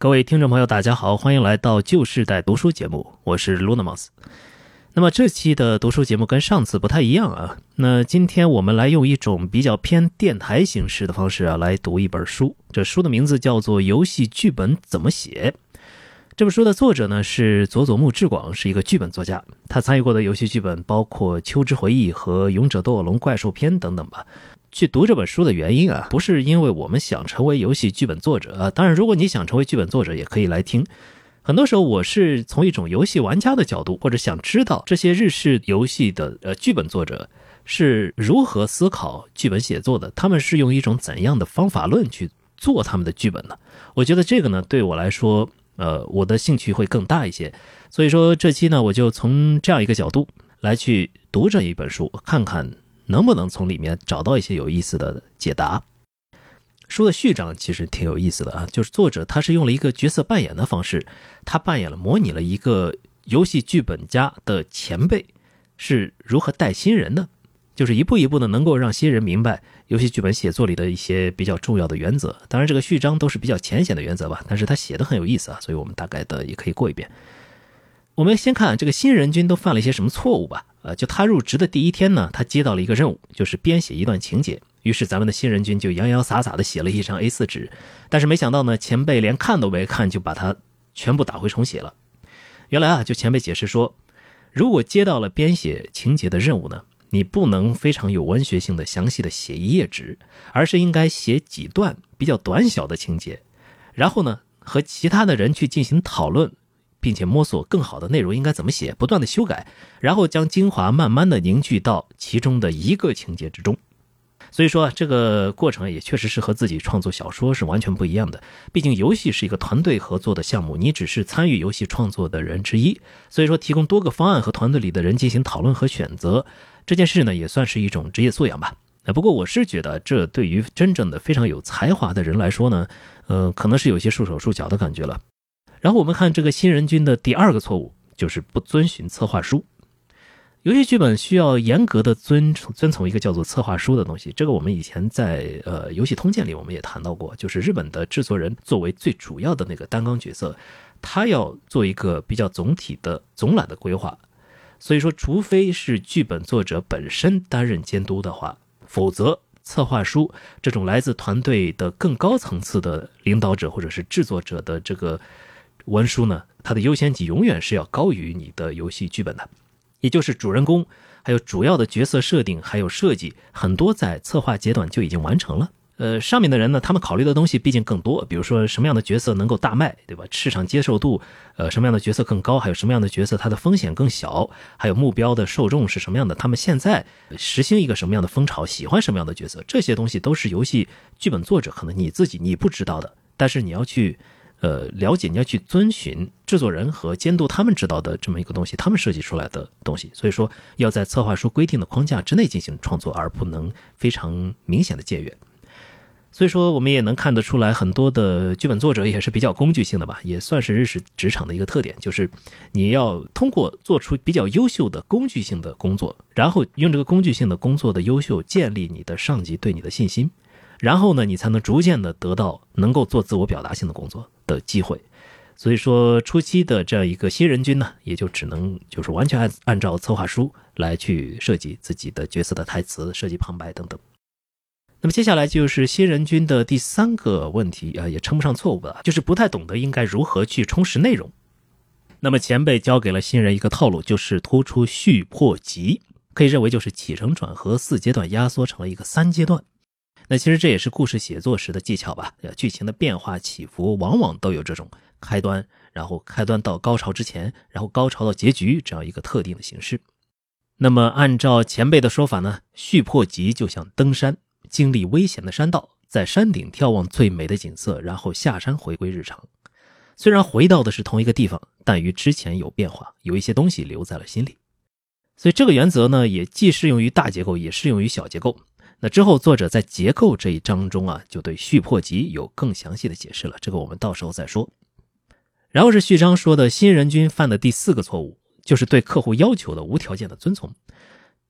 各位听众朋友大家好，欢迎来到旧世代读书节目，我是 Lunamus。 那么这期的读书节目跟上次不太一样啊，那今天我们来用一种比较偏电台形式的方式来读一本书，这书的名字叫做《游戏剧本怎么写》。这本书的作者呢是佐佐木志广，是一个剧本作家，他参与过的游戏剧本包括《秋之回忆》和《勇者斗恶龙怪兽篇》等等吧。去读这本书的原因不是因为我们想成为游戏剧本作者当然如果你想成为剧本作者也可以来听。很多时候我是从一种游戏玩家的角度，或者想知道这些日式游戏的剧本作者是如何思考剧本写作的，他们是用一种怎样的方法论去做他们的剧本呢？我觉得这个呢对我来说我的兴趣会更大一些，所以说这期呢我就从这样一个角度来去读这一本书，看看能不能从里面找到一些有意思的解答。书的序章其实挺有意思的就是作者他是用了一个角色扮演的方式，他模拟了一个游戏剧本家的前辈是如何带新人的，就是一步一步的能够让新人明白游戏剧本写作里的一些比较重要的原则。当然这个序章都是比较浅显的原则吧，但是他写的很有意思所以我们大概的也可以过一遍。我们先看这个新人君都犯了一些什么错误吧。就他入职的第一天呢，他接到了一个任务，就是编写一段情节。于是咱们的新人君就洋洋洒洒的写了一张 A4 纸，但是没想到呢，前辈连看都没看就把它全部打回重写了。原来就前辈解释说，如果接到了编写情节的任务呢，你不能非常有文学性的详细的写一页纸，而是应该写几段比较短小的情节，然后呢和其他的人去进行讨论，并且摸索更好的内容应该怎么写，不断的修改，然后将精华慢慢的凝聚到其中的一个情节之中。所以说这个过程也确实是和自己创作小说是完全不一样的，毕竟游戏是一个团队合作的项目，你只是参与游戏创作的人之一，所以说提供多个方案和团队里的人进行讨论和选择，这件事呢也算是一种职业素养吧。不过我是觉得这对于真正的非常有才华的人来说呢可能是有些束手束脚的感觉了。然后我们看这个新人君的第二个错误，就是不遵循策划书。游戏剧本需要严格的遵从一个叫做策划书的东西，这个我们以前在游戏通鉴里我们也谈到过，就是日本的制作人作为最主要的那个担纲角色，他要做一个比较总体的总览的规划，所以说除非是剧本作者本身担任监督的话，否则策划书这种来自团队的更高层次的领导者或者是制作者的这个文书呢，它的优先级永远是要高于你的游戏剧本的。也就是主人公还有主要的角色设定还有设计，很多在策划阶段就已经完成了。上面的人呢，他们考虑的东西毕竟更多，比如说什么样的角色能够大卖，对吧？市场接受度，什么样的角色更高，还有什么样的角色它的风险更小，还有目标的受众是什么样的，他们现在实行一个什么样的风潮，喜欢什么样的角色，这些东西都是游戏剧本作者可能你不知道的，但是你要去了解，你要去遵循制作人和监督他们知道的这么一个东西，他们设计出来的东西，所以说要在策划书规定的框架之内进行创作，而不能非常明显的借阅。所以说我们也能看得出来，很多的剧本作者也是比较工具性的吧，也算是日式职场的一个特点，就是你要通过做出比较优秀的工具性的工作，然后用这个工具性的工作的优秀建立你的上级对你的信心，然后呢你才能逐渐的得到能够做自我表达性的工作的机会。所以说初期的这样一个新人君呢，也就只能就是完全按照策划书来去设计自己的角色的台词，设计旁白等等。那么接下来就是新人君的第三个问题也称不上错误吧，就是不太懂得应该如何去充实内容。那么前辈教给了新人一个套路，就是突出序破集，可以认为就是起承转合4阶段压缩成了一个3阶段。那其实这也是故事写作时的技巧吧，剧情的变化起伏往往都有这种开端，然后开端到高潮之前，然后高潮到结局这样一个特定的形式。那么按照前辈的说法呢，序破集就像登山，经历危险的山道，在山顶眺望最美的景色，然后下山回归日常。虽然回到的是同一个地方，但与之前有变化，有一些东西留在了心里。所以这个原则呢，也既适用于大结构，也适用于小结构。那之后作者在结构这一章中就对序破集有更详细的解释了，这个我们到时候再说。然后是序章说的新人君犯的第4个错误，就是对客户要求的无条件的遵从。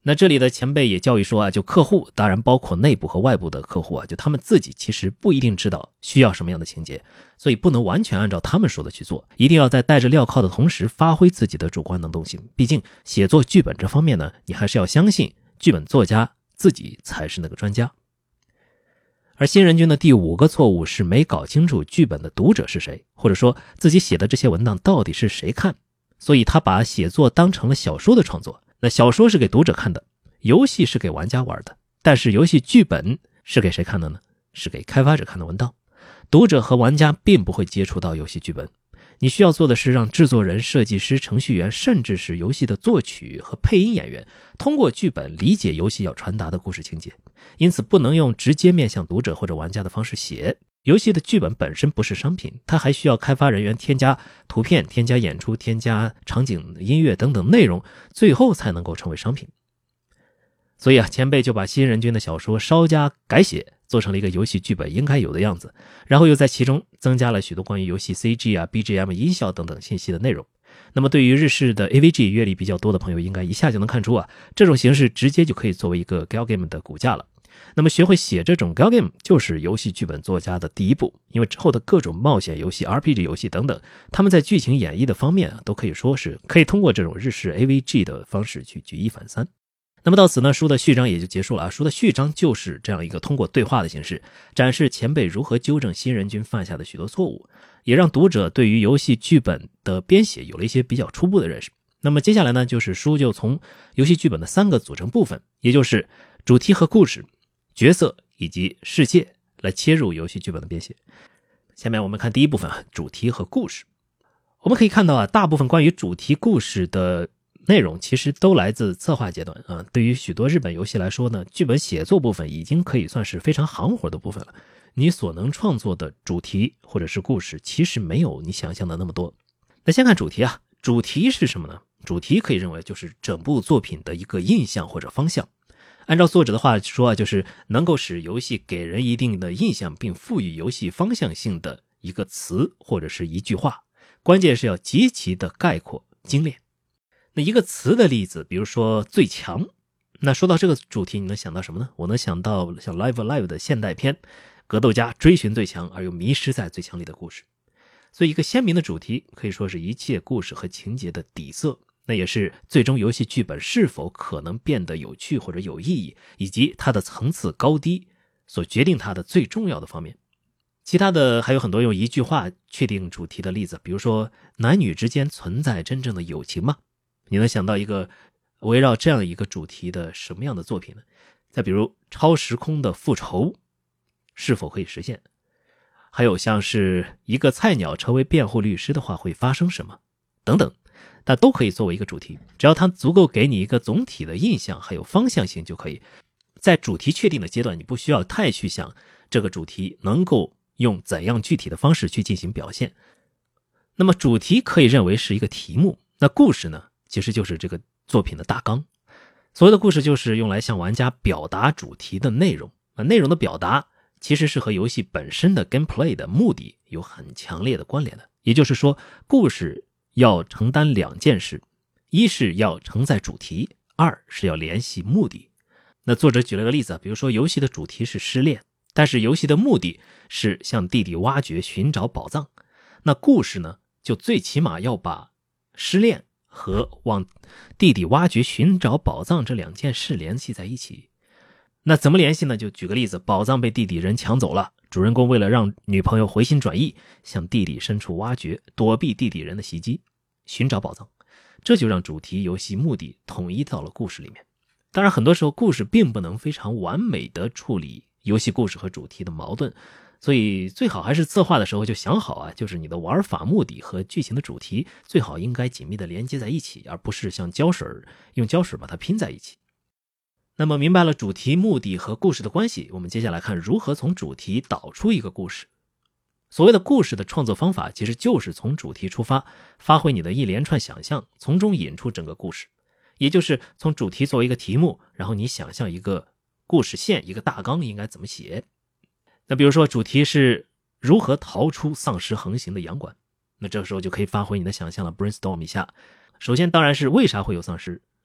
那这里的前辈也教育说啊，就客户当然包括内部和外部的客户啊，就他们自己其实不一定知道需要什么样的情节，所以不能完全按照他们说的去做，一定要在带着镣铐的同时发挥自己的主观能动性。毕竟写作剧本这方面呢，你还是要相信剧本作家自己才是那个专家。而新人君的第5个错误是没搞清楚剧本的读者是谁，或者说自己写的这些文档到底是谁看，所以他把写作当成了小说的创作。那小说是给读者看的，游戏是给玩家玩的，但是游戏剧本是给谁看的呢？是给开发者看的文档。读者和玩家并不会接触到游戏剧本，你需要做的是让制作人、设计师、程序员，甚至是游戏的作曲和配音演员，通过剧本理解游戏要传达的故事情节。因此不能用直接面向读者或者玩家的方式写。游戏的剧本本身不是商品，它还需要开发人员添加图片、添加演出、添加场景、音乐等等内容，最后才能够成为商品。所以前辈就把新人君的小说稍加改写，做成了一个游戏剧本应该有的样子，然后又在其中增加了许多关于游戏 CG 啊、BGM 音效等等信息的内容。那么对于日式的 AVG 阅历比较多的朋友，应该一下就能看出这种形式直接就可以作为一个 Galgame 的骨架了。那么学会写这种 Galgame 就是游戏剧本作家的第一步，因为之后的各种冒险游戏、RPG 游戏等等，他们在剧情演绎的方面都可以说是可以通过这种日式 AVG 的方式去举一反三。那么到此呢，书的序章也就结束了书的序章就是这样一个通过对话的形式，展示前辈如何纠正新人君犯下的许多错误，也让读者对于游戏剧本的编写有了一些比较初步的认识。那么接下来呢，就是书就从游戏剧本的3个组成部分，也就是主题和故事、角色以及世界来切入游戏剧本的编写。下面我们看第一部分主题和故事。我们可以看到大部分关于主题故事的内容其实都来自策划阶段对于许多日本游戏来说呢，剧本写作部分已经可以算是非常行活的部分了。你所能创作的主题或者是故事其实没有你想象的那么多。那先看主题主题是什么呢？主题可以认为就是整部作品的一个印象或者方向。按照作者的话说就是能够使游戏给人一定的印象并赋予游戏方向性的一个词或者是一句话，关键是要极其的概括精炼。那一个词的例子，比如说最强，那说到这个主题你能想到什么呢？我能想到像 Live Alive 的现代篇，格斗家追寻最强而又迷失在最强里的故事。所以一个鲜明的主题可以说是一切故事和情节的底色，那也是最终游戏剧本是否可能变得有趣或者有意义，以及它的层次高低所决定它的最重要的方面。其他的还有很多用一句话确定主题的例子，比如说男女之间存在真正的友情吗？你能想到一个围绕这样一个主题的什么样的作品呢？再比如超时空的复仇是否可以实现？还有像是一个菜鸟成为辩护律师的话会发生什么等等，但都可以作为一个主题，只要它足够给你一个总体的印象还有方向性就可以。在主题确定的阶段，你不需要太去想这个主题能够用怎样具体的方式去进行表现。那么主题可以认为是一个题目，那故事呢其实就是这个作品的大纲。所谓的故事就是用来向玩家表达主题的内容，内容的表达其实是和游戏本身的 gameplay 的目的有很强烈的关联的。也就是说，故事要承担2件事，一是要承载主题，二是要联系目的。那作者举了个例子，比如说游戏的主题是失恋，但是游戏的目的是向弟弟挖掘寻找宝藏，那故事呢就最起码要把失恋和往弟弟挖掘寻找宝藏这2件事联系在一起。那怎么联系呢？就举个例子，宝藏被弟弟人抢走了，主人公为了让女朋友回心转意，向地底深处挖掘，躲避地底人的袭击，寻找宝藏。这就让主题游戏目的统一到了故事里面。当然很多时候故事并不能非常完美的处理游戏故事和主题的矛盾，所以最好还是策划的时候就想好就是你的玩法目的和剧情的主题最好应该紧密的连接在一起，而不是像用胶水把它拼在一起。那么明白了主题、目的和故事的关系，我们接下来看如何从主题导出一个故事。所谓的故事的创作方法其实就是从主题出发，发挥你的一连串想象，从中引出整个故事。也就是从主题作为一个题目，然后你想象一个故事线，一个大纲应该怎么写。那比如说主题是如何逃出丧尸横行的洋馆，那这个时候就可以发挥你的想象了， brainstorm 一下。首先当然是为啥会有丧尸，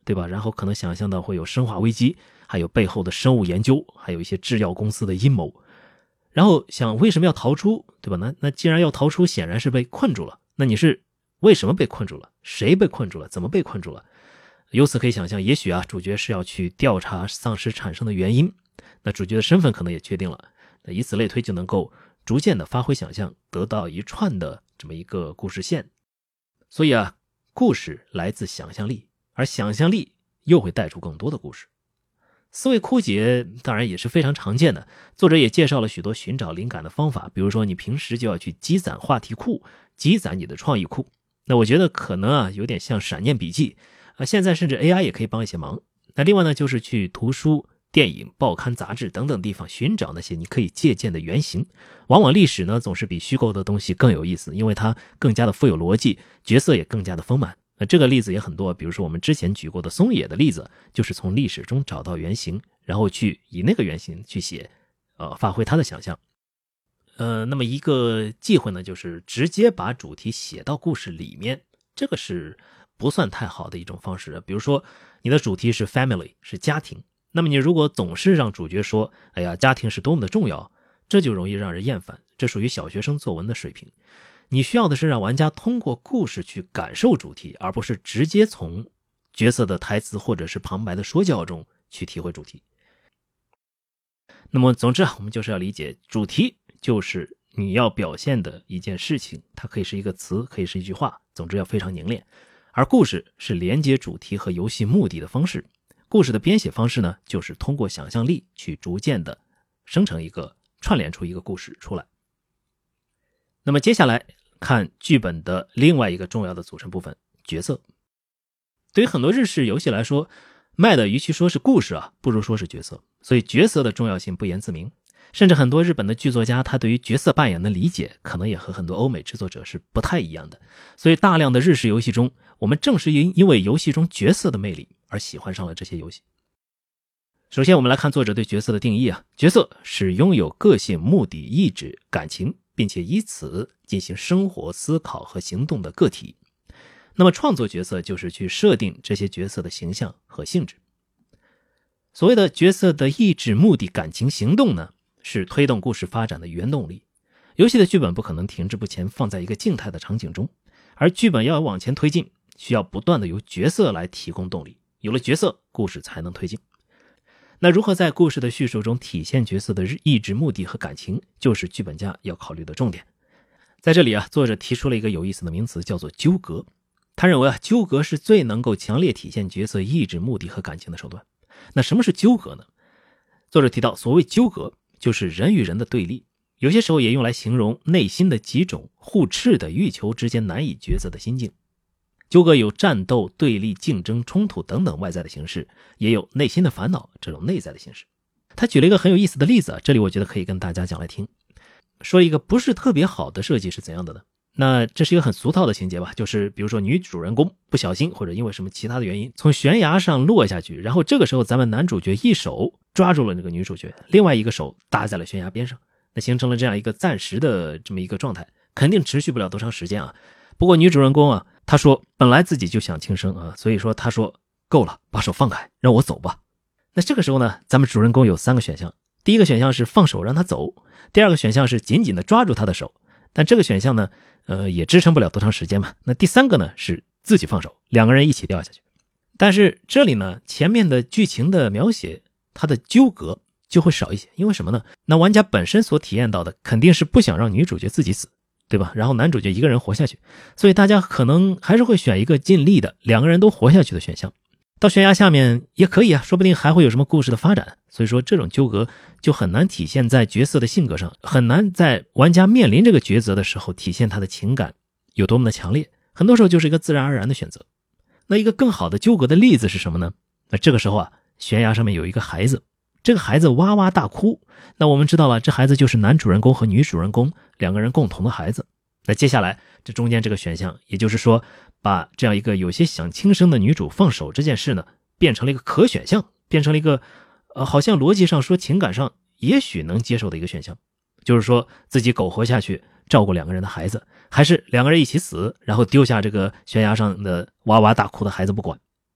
对吧？然后可能想象到会有生化危机，还有背后的生物研究，还有一些制药公司的阴谋。然后想为什么要逃出，对吧？那既然要逃出，显然是被困住了。那你是为什么被困住了？谁被困住了？怎么被困住了？由此可以想象，也许主角是要去调查丧尸产生的原因，那主角的身份可能也确定了，那以此类推，就能够逐渐的发挥想象，得到一串的这么一个故事线。所以故事来自想象力，而想象力又会带出更多的故事。思维枯竭当然也是非常常见的，作者也介绍了许多寻找灵感的方法，比如说你平时就要去积攒话题库，积攒你的创意库。那我觉得可能有点像闪念笔记现在甚至 AI 也可以帮一些忙。那另外呢，就是去图书、电影、报刊、杂志等等地方寻找那些你可以借鉴的原型。往往历史呢总是比虚构的东西更有意思，因为它更加的富有逻辑，角色也更加的丰满。那这个例子也很多，比如说我们之前举过的松野的例子，就是从历史中找到原型，然后去以那个原型去写，发挥他的想象。那么一个忌讳呢，就是直接把主题写到故事里面，这个是不算太好的一种方式。比如说你的主题是 family， 是家庭，那么你如果总是让主角说，哎呀，家庭是多么的重要，这就容易让人厌烦，这属于小学生作文的水平。你需要的是让玩家通过故事去感受主题，而不是直接从角色的台词或者是旁白的说教中去体会主题。那么总之我们就是要理解，主题就是你要表现的一件事情，它可以是一个词，可以是一句话，总之要非常凝练。而故事是连接主题和游戏目的的方式。故事的编写方式呢，就是通过想象力去逐渐的生成一个，串联出一个故事出来。那么接下来看剧本的另外一个重要的组成部分，角色。对于很多日式游戏来说，卖的与其说是故事不如说是角色，所以角色的重要性不言自明。甚至很多日本的剧作家，他对于角色扮演的理解可能也和很多欧美制作者是不太一样的。所以大量的日式游戏中，我们正是因为游戏中角色的魅力而喜欢上了这些游戏。首先我们来看作者对角色的定义角色是拥有个性、目的、意志、感情，并且以此进行生活、思考和行动的个体。那么创作角色就是去设定这些角色的形象和性质。所谓的角色的意志、目的、感情、行动呢，是推动故事发展的原动力。游戏的剧本不可能停滞不前，放在一个静态的场景中，而剧本要往前推进，需要不断的由角色来提供动力。有了角色，故事才能推进。那如何在故事的叙述中体现角色的意志、目的和感情，就是剧本家要考虑的重点。在这里作者提出了一个有意思的名词，叫做纠葛。他认为纠葛是最能够强烈体现角色意志、目的和感情的手段。那什么是纠葛呢？作者提到，所谓纠葛就是人与人的对立，有些时候也用来形容内心的几种互斥的欲求之间难以抉择的心境。纠葛有战斗、对立、竞争、冲突等等外在的形式，也有内心的烦恼这种内在的形式。他举了一个很有意思的例子这里我觉得可以跟大家讲来听。说一个不是特别好的设计是怎样的呢？那这是一个很俗套的情节吧，就是比如说女主人公不小心或者因为什么其他的原因从悬崖上落下去，然后这个时候咱们男主角一手抓住了那个女主角，另外一个手搭在了悬崖边上，那形成了这样一个暂时的这么一个状态，肯定持续不了多长时间不过女主人公她说本来自己就想轻生所以说她说够了，把手放开，让我走吧。那这个时候呢，咱们主人公有3个选项，第一个选项是放手让他走，第二个选项是紧紧的抓住他的手，但这个选项呢也支撑不了多长时间嘛。那第3个呢是自己放手，两个人一起掉下去。但是这里呢，前面的剧情的描写，它的纠葛就会少一些。因为什么呢？那玩家本身所体验到的肯定是不想让女主角自己死，对吧？然后男主角一个人活下去，所以大家可能还是会选一个尽力的两个人都活下去的选项。到悬崖下面也可以说不定还会有什么故事的发展。所以说这种纠葛就很难体现在角色的性格上，很难在玩家面临这个抉择的时候体现他的情感有多么的强烈，很多时候就是一个自然而然的选择。那一个更好的纠葛的例子是什么呢？那这个时候悬崖上面有一个孩子，这个孩子哇哇大哭，那我们知道了，这孩子就是男主人公和女主人公两个人共同的孩子。那接下来这中间这个选项，也就是说把这样一个有些想轻生的女主放手这件事呢，变成了一个可选项，变成了一个好像逻辑上说情感上也许能接受的一个选项，就是说自己苟活下去照顾两个人的孩子，还是两个人一起死，然后丢下这个悬崖上的哇哇大哭的孩子不管。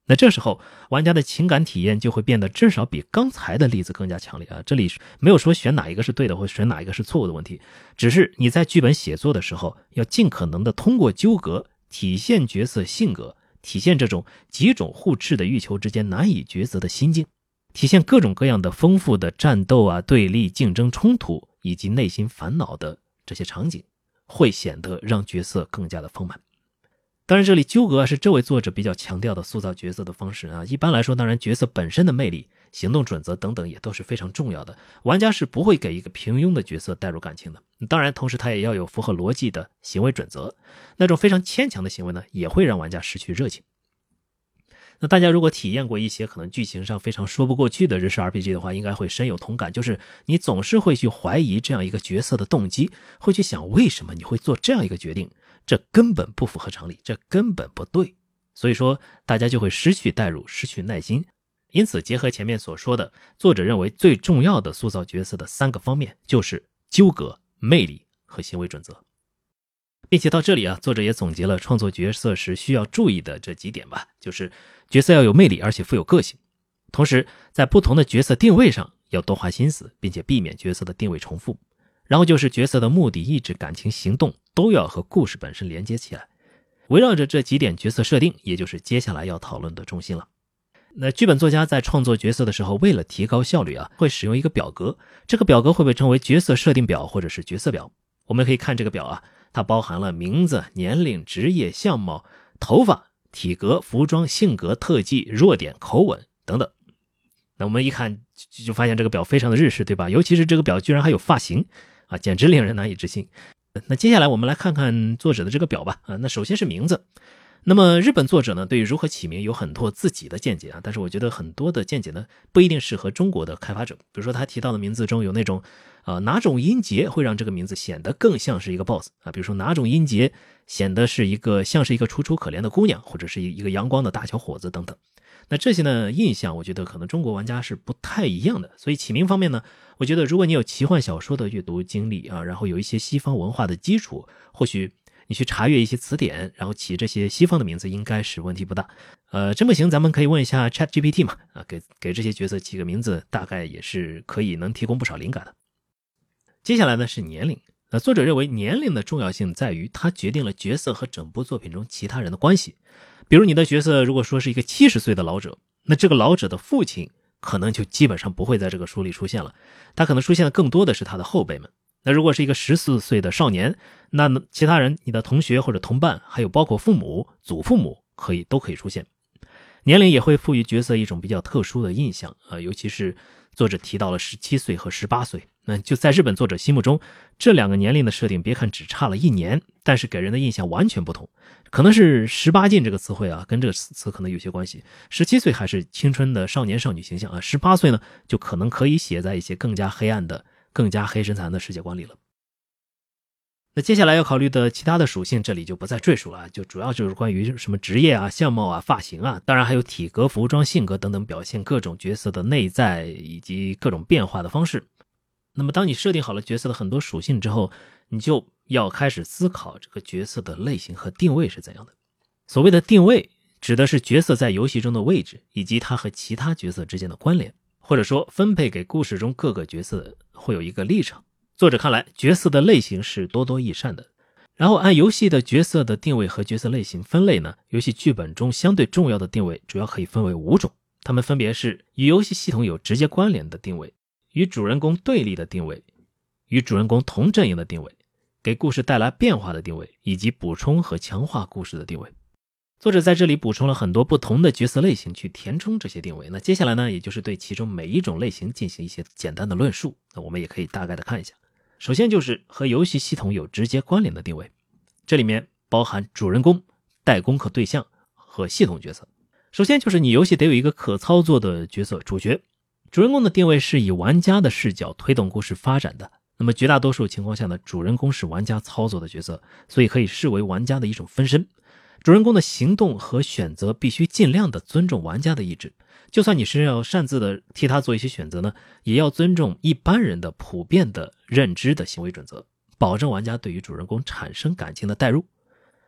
那这时候玩家的情感体验就会变得至少比刚才的例子更加强烈啊！这里没有说选哪一个是对的或选哪一个是错误的问题，只是你在剧本写作的时候要尽可能的通过纠葛体现角色性格，体现这种几种互斥的欲求之间难以抉择的心境，体现各种各样的丰富的战斗啊、对立、竞争、冲突以及内心烦恼的这些场景，会显得让角色更加的丰满。当然这里纠葛是这位作者比较强调的塑造角色的方式啊。一般来说，当然角色本身的魅力、行动准则等等也都是非常重要的，玩家是不会给一个平庸的角色带入感情的。当然同时他也要有符合逻辑的行为准则，那种非常牵强的行为呢，也会让玩家失去热情。那大家如果体验过一些可能剧情上非常说不过去的日式 RPG 的话，应该会深有同感，就是你总是会去怀疑这样一个角色的动机，会去想为什么你会做这样一个决定，这根本不符合常理，这根本不对。所以说大家就会失去代入，失去耐心。因此结合前面所说的，作者认为最重要的塑造角色的3个方面就是纠葛、魅力和行为准则。并且到这里啊，作者也总结了创作角色时需要注意的这几点吧，就是角色要有魅力，而且富有个性，同时在不同的角色定位上要多花心思，并且避免角色的定位重复。然后就是角色的目的、意志、感情、行动都要和故事本身连接起来。围绕着这几点角色设定，也就是接下来要讨论的重心了。那剧本作家在创作角色的时候，为了提高效率啊，会使用一个表格，这个表格会被称为角色设定表或者是角色表。我们可以看这个表啊，它包含了名字、年龄、职业、相貌、头发、体格、服装、性格、特技、弱点、口吻等等。那我们一看就发现这个表非常的日式，对吧？尤其是这个表居然还有发型啊，简直令人难以置信。那接下来我们来看看作者的这个表吧。那首先是名字。那么日本作者呢，对于如何起名有很多自己的见解啊，但是我觉得很多的见解呢，不一定适合中国的开发者。比如说他提到的名字中有那种哪种音节会让这个名字显得更像是一个 boss 啊，比如说哪种音节显得是像是一个楚楚可怜的姑娘，或者是一个阳光的大小伙子等等。那这些呢印象我觉得可能中国玩家是不太一样的，所以起名方面呢，我觉得如果你有奇幻小说的阅读经历啊，然后有一些西方文化的基础，或许你去查阅一些词典，然后起这些西方的名字应该是问题不大。真不行咱们可以问一下 ChatGPT 嘛，给这些角色起个名字，大概也是可以能提供不少灵感的。接下来呢是年龄。作者认为年龄的重要性在于它决定了角色和整部作品中其他人的关系。比如你的角色如果说是一个70岁的老者，那这个老者的父亲可能就基本上不会在这个书里出现了，他可能出现的更多的是他的后辈们。那如果是一个14岁的少年，那其他人，你的同学或者同伴，还有包括父母、祖父母都可以出现。年龄也会赋予角色一种比较特殊的印象尤其是作者提到了17岁和18岁，那就在日本作者心目中，这2个年龄的设定别看只差了1年，但是给人的印象完全不同。可能是18禁这个词汇啊，跟这个词可能有些关系。17岁还是青春的少年少女形象啊，18岁呢就可能可以写在一些更加黑暗的、更加黑身残的世界观里了。那接下来要考虑的其他的属性这里就不再赘述了，就主要就是关于什么职业啊、相貌啊、发型啊，当然还有体格、服装、性格等等表现各种角色的内在以及各种变化的方式。那么当你设定好了角色的很多属性之后，你就要开始思考这个角色的类型和定位是怎样的。所谓的定位指的是角色在游戏中的位置以及他和其他角色之间的关联，或者说分配给故事中各个角色会有一个立场。作者看来角色的类型是多多益善的，然后按游戏的角色的定位和角色类型分类呢，游戏剧本中相对重要的定位主要可以分为5种，它们分别是与游戏系统有直接关联的定位，与主人公对立的定位，与主人公同阵营的定位，给故事带来变化的定位，以及补充和强化故事的定位。作者在这里补充了很多不同的角色类型去填充这些定位，那接下来呢，也就是对其中每一种类型进行一些简单的论述，那我们也可以大概的看一下。首先就是和游戏系统有直接关联的定位，这里面包含主人公、待攻克对象和系统角色。首先就是你游戏得有一个可操作的角色主角，主人公的定位是以玩家的视角推动故事发展的，那么绝大多数情况下呢，主人公是玩家操作的角色，所以可以视为玩家的一种分身。主人公的行动和选择必须尽量的尊重玩家的意志，就算你是要擅自的替他做一些选择呢，也要尊重一般人的普遍的认知的行为准则，保证玩家对于主人公产生感情的代入。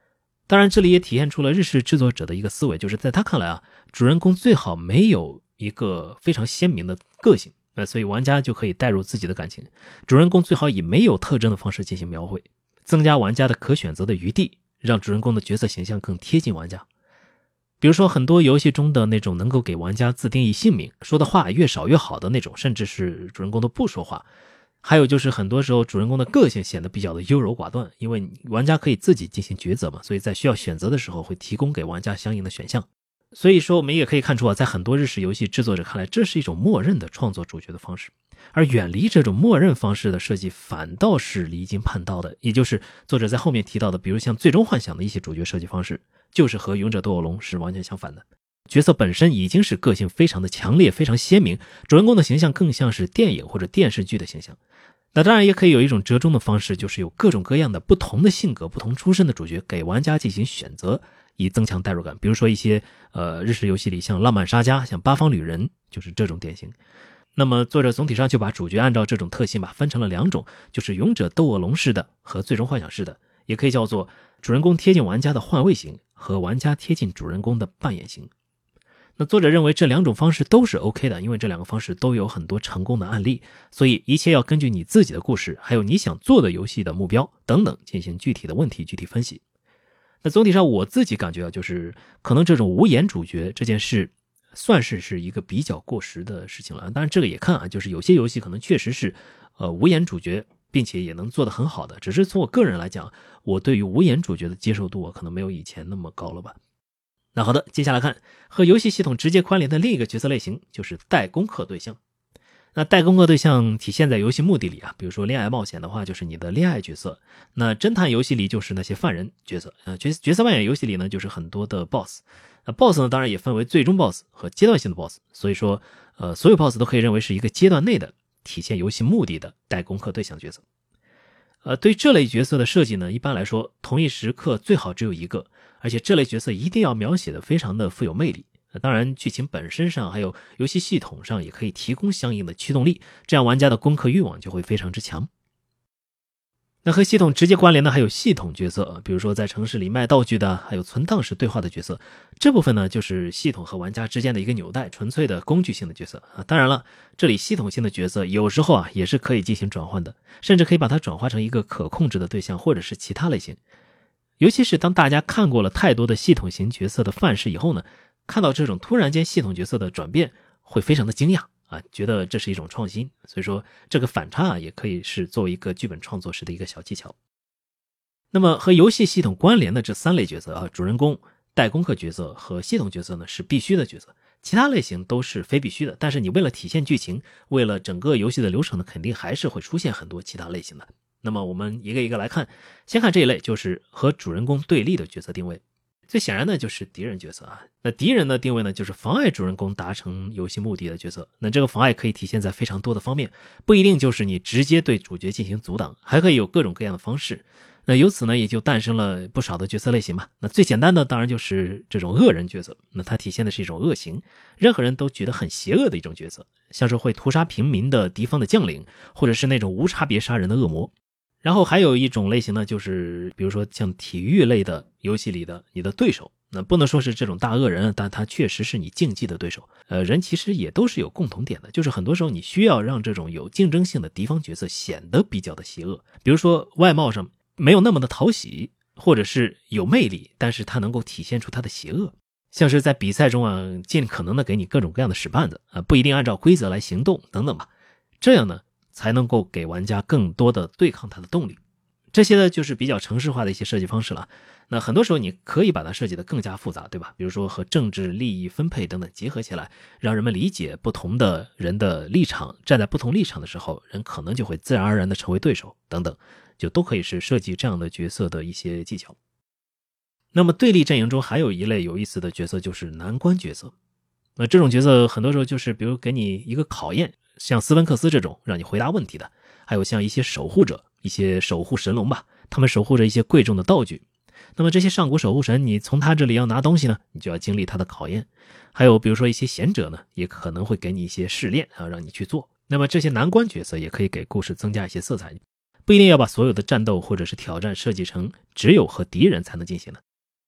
当然这里也体现出了日式制作者的一个思维，就是在他看来主人公最好没有一个非常鲜明的个性，所以玩家就可以带入自己的感情。主人公最好以没有特征的方式进行描绘，增加玩家的可选择的余地，让主人公的角色形象更贴近玩家。比如说很多游戏中的那种能够给玩家自定义姓名，说的话越少越好的那种，甚至是主人公都不说话。还有就是很多时候主人公的个性显得比较的优柔寡断，因为玩家可以自己进行抉择嘛，所以在需要选择的时候会提供给玩家相应的选项。所以说我们也可以看出在很多日式游戏制作者看来，这是一种默认的创作主角的方式。而远离这种默认方式的设计反倒是离经叛道的，也就是作者在后面提到的，比如像最终幻想的一些主角设计方式，就是和勇者斗恶龙是完全相反的。角色本身已经是个性非常的强烈，非常鲜明，主人公的形象更像是电影或者电视剧的形象。那当然也可以有一种折中的方式，就是有各种各样的不同的性格、不同出身的主角给玩家进行选择，以增强代入感。比如说一些日式游戏里像浪漫杀家、像八方旅人，就是这种典型。那么作者总体上就把主角按照这种特性分成了两种，就是勇者斗恶龙式的和最终幻想式的，也可以叫做主人公贴近玩家的换位型和玩家贴近主人公的扮演型。那作者认为这两种方式都是 OK 的，因为这两个方式都有很多成功的案例，所以一切要根据你自己的故事，还有你想做的游戏的目标等等进行具体的问题具体分析。那总体上我自己感觉就是可能这种无眼主角这件事算是一个比较过时的事情了。当然这个也看就是有些游戏可能确实是无眼主角并且也能做得很好的，只是从我个人来讲，我对于无眼主角的接受度可能没有以前那么高了吧。那好的，接下来看和游戏系统直接关联的另一个角色类型，就是带攻克对象。那带攻克对象体现在游戏目的里比如说恋爱冒险的话，就是你的恋爱角色；那侦探游戏里就是那些犯人角色。角色扮演游戏里呢，就是很多的 BOSS。那 BOSS 呢，当然也分为最终 BOSS 和阶段性的 BOSS。所以说，所有 BOSS 都可以认为是一个阶段内的体现游戏目的的带攻克对象角色。对于这类角色的设计呢，一般来说，同一时刻最好只有一个，而且这类角色一定要描写的非常的富有魅力。当然剧情本身上还有游戏系统上也可以提供相应的驱动力，这样玩家的攻克欲望就会非常之强。那和系统直接关联的还有系统角色，比如说在城市里卖道具的，还有存档时对话的角色，这部分呢就是系统和玩家之间的一个纽带，纯粹的工具性的角色。当然了，这里系统性的角色有时候也是可以进行转换的，甚至可以把它转化成一个可控制的对象或者是其他类型。尤其是当大家看过了太多的系统型角色的范式以后呢，看到这种突然间系统角色的转变会非常的惊讶觉得这是一种创新。所以说这个反差也可以是作为一个剧本创作时的一个小技巧。那么和游戏系统关联的这三类角色主人公、带攻克角色和系统角色呢是必须的角色，其他类型都是非必须的。但是你为了体现剧情，为了整个游戏的流程呢，肯定还是会出现很多其他类型的。那么我们一个一个来看，先看这一类，就是和主人公对立的角色定位。最显然的就是敌人角色那敌人的定位呢，就是妨碍主人公达成游戏目的的角色。那这个妨碍可以体现在非常多的方面，不一定就是你直接对主角进行阻挡，还可以有各种各样的方式。那由此呢，也就诞生了不少的角色类型嘛。那最简单的当然就是这种恶人角色，那它体现的是一种恶行，任何人都觉得很邪恶的一种角色，像是会屠杀平民的敌方的将领，或者是那种无差别杀人的恶魔。然后还有一种类型呢，就是比如说像体育类的游戏里的你的对手，那不能说是这种大恶人，但他确实是你竞技的对手。人其实也都是有共同点的，就是很多时候你需要让这种有竞争性的敌方角色显得比较的邪恶，比如说外貌上没有那么的讨喜，或者是有魅力，但是他能够体现出他的邪恶。像是在比赛中尽可能的给你各种各样的使绊子不一定按照规则来行动等等吧。这样呢才能够给玩家更多的对抗它的动力。这些呢就是比较程式化的一些设计方式了。那很多时候你可以把它设计得更加复杂，对吧？比如说和政治利益分配等等结合起来，让人们理解不同的人的立场，站在不同立场的时候，人可能就会自然而然的成为对手等等，就都可以是设计这样的角色的一些技巧。那么对立阵营中还有一类有意思的角色，就是难关角色。那这种角色很多时候就是比如给你一个考验，像斯芬克斯这种让你回答问题的，还有像一些守护者，一些守护神龙吧，他们守护着一些贵重的道具。那么这些上古守护神，你从他这里要拿东西呢，你就要经历他的考验。还有比如说一些贤者呢，也可能会给你一些试炼让你去做。那么这些难关角色也可以给故事增加一些色彩，不一定要把所有的战斗或者是挑战设计成只有和敌人才能进行的。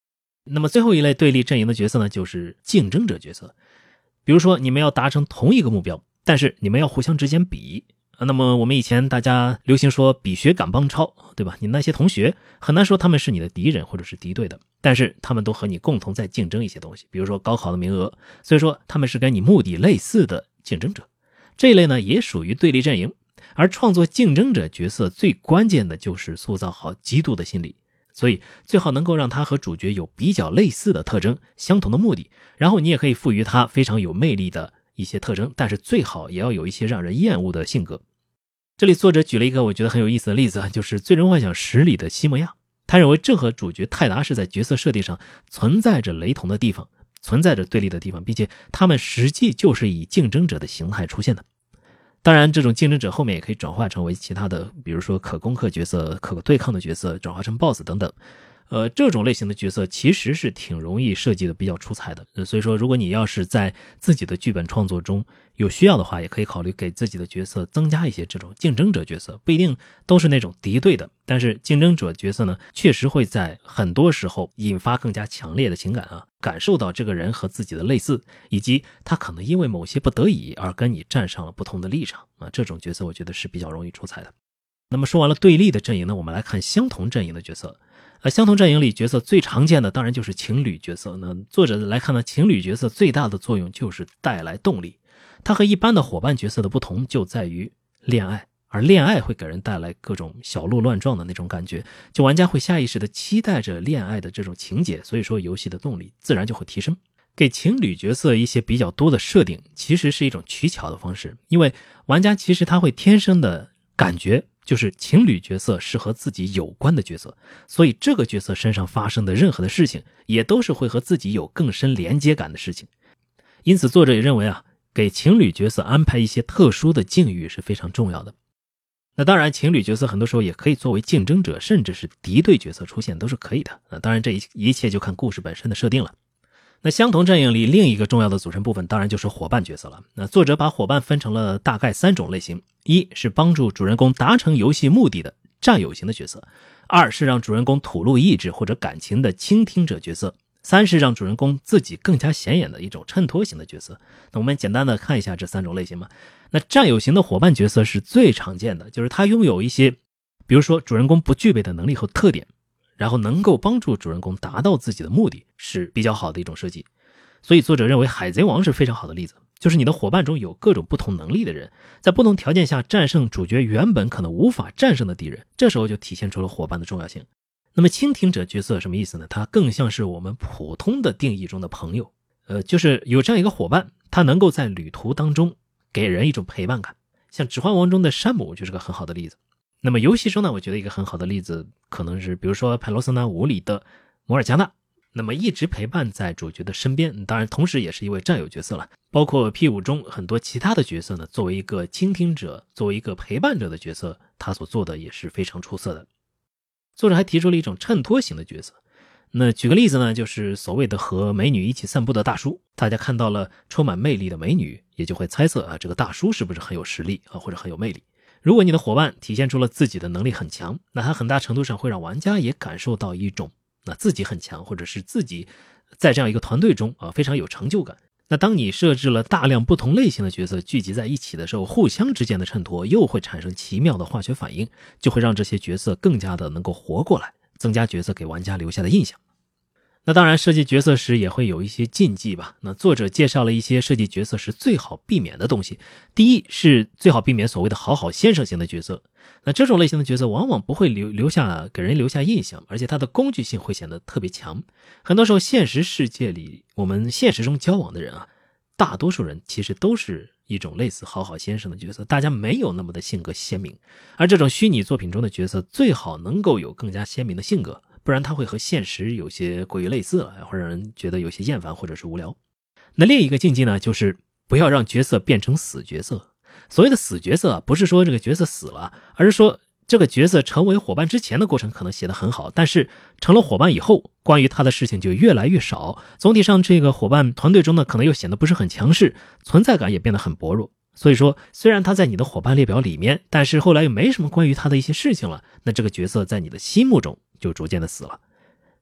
那么最后一类对立阵营的角色呢，就是竞争者角色。比如说你们要达成同一个目标，但是你们要互相之间比。那么我们以前大家流行说比学赶帮超，对吧？你那些同学很难说他们是你的敌人或者是敌对的，但是他们都和你共同在竞争一些东西，比如说高考的名额，所以说他们是跟你目的类似的竞争者。这一类呢也属于对立阵营。而创作竞争者角色最关键的就是塑造好嫉妒的心理，所以最好能够让他和主角有比较类似的特征，相同的目的，然后你也可以赋予他非常有魅力的一些特征，但是最好也要有一些让人厌恶的性格。这里作者举了一个我觉得很有意思的例子，就是《最终幻想10》里的西摩亚。他认为这和主角泰达是在角色设定上存在着雷同的地方，存在着对立的地方，并且他们实际就是以竞争者的形态出现的。当然这种竞争者后面也可以转化成为其他的，比如说可攻克角色、可对抗的角色，转化成 BOSS 等等。这种类型的角色其实是挺容易设计的比较出彩的，所以说如果你要是在自己的剧本创作中有需要的话，也可以考虑给自己的角色增加一些这种竞争者角色，不一定都是那种敌对的，但是竞争者角色呢，确实会在很多时候引发更加强烈的情感感受到这个人和自己的类似，以及他可能因为某些不得已而跟你站上了不同的立场这种角色我觉得是比较容易出彩的。那么说完了对立的阵营呢，我们来看相同阵营的角色。相同阵营里角色最常见的当然就是情侣角色。那作者来看呢，情侣角色最大的作用就是带来动力。它和一般的伙伴角色的不同就在于恋爱，而恋爱会给人带来各种小鹿乱撞的那种感觉，就玩家会下意识的期待着恋爱的这种情节，所以说游戏的动力自然就会提升。给情侣角色一些比较多的设定其实是一种取巧的方式，因为玩家其实他会天生的感觉就是情侣角色是和自己有关的角色，所以这个角色身上发生的任何的事情也都是会和自己有更深连接感的事情。因此作者也认为给情侣角色安排一些特殊的境遇是非常重要的。那当然情侣角色很多时候也可以作为竞争者甚至是敌对角色出现，都是可以的。当然这一切就看故事本身的设定了。那相同阵营里另一个重要的组成部分当然就是伙伴角色了。那作者把伙伴分成了大概3种类型：一是帮助主人公达成游戏目的的战友型的角色；二是让主人公吐露意志或者感情的倾听者角色；三是让主人公自己更加显眼的一种衬托型的角色。那我们简单的看一下这3种类型吧。那战友型的伙伴角色是最常见的，就是他拥有一些比如说主人公不具备的能力和特点，然后能够帮助主人公达到自己的目的，是比较好的一种设计。所以作者认为海贼王是非常好的例子，就是你的伙伴中有各种不同能力的人，在不同条件下战胜主角原本可能无法战胜的敌人，这时候就体现出了伙伴的重要性。那么倾听者角色什么意思呢？它更像是我们普通的定义中的朋友，就是有这样一个伙伴，他能够在旅途当中给人一种陪伴感。像指环王中的山姆就是个很好的例子。那么游戏中呢，我觉得一个很好的例子可能是比如说派罗瑟纳5里的摩尔加纳，那么一直陪伴在主角的身边，当然同时也是一位战友角色了。包括 P5 中很多其他的角色呢，作为一个倾听者，作为一个陪伴者的角色，他所做的也是非常出色的。作者还提出了一种衬托型的角色。那举个例子呢，就是所谓的和美女一起散步的大叔，大家看到了充满魅力的美女，也就会猜测这个大叔是不是很有实力或者很有魅力。如果你的伙伴体现出了自己的能力很强，那他很大程度上会让玩家也感受到一种自己很强，或者是自己在这样一个团队中非常有成就感。那当你设置了大量不同类型的角色聚集在一起的时候，互相之间的衬托又会产生奇妙的化学反应，就会让这些角色更加的能够活过来，增加角色给玩家留下的印象。那当然设计角色时也会有一些禁忌吧。那作者介绍了一些设计角色时最好避免的东西。第一是最好避免所谓的好好先生型的角色。那这种类型的角色往往不会给人留下印象，而且它的工具性会显得特别强。很多时候现实世界里我们现实中交往的人大多数人其实都是一种类似好好先生的角色，大家没有那么的性格鲜明。而这种虚拟作品中的角色最好能够有更加鲜明的性格，不然它会和现实有些过于类似了，会让人觉得有些厌烦或者是无聊。那另一个禁忌呢，就是不要让角色变成死角色。所谓的死角色不是说这个角色死了，而是说这个角色成为伙伴之前的过程可能写得很好，但是成了伙伴以后，关于他的事情就越来越少。总体上这个伙伴团队中呢，可能又显得不是很强势，存在感也变得很薄弱。所以说虽然他在你的伙伴列表里面，但是后来又没什么关于他的一些事情了，那这个角色在你的心目中就逐渐的死了。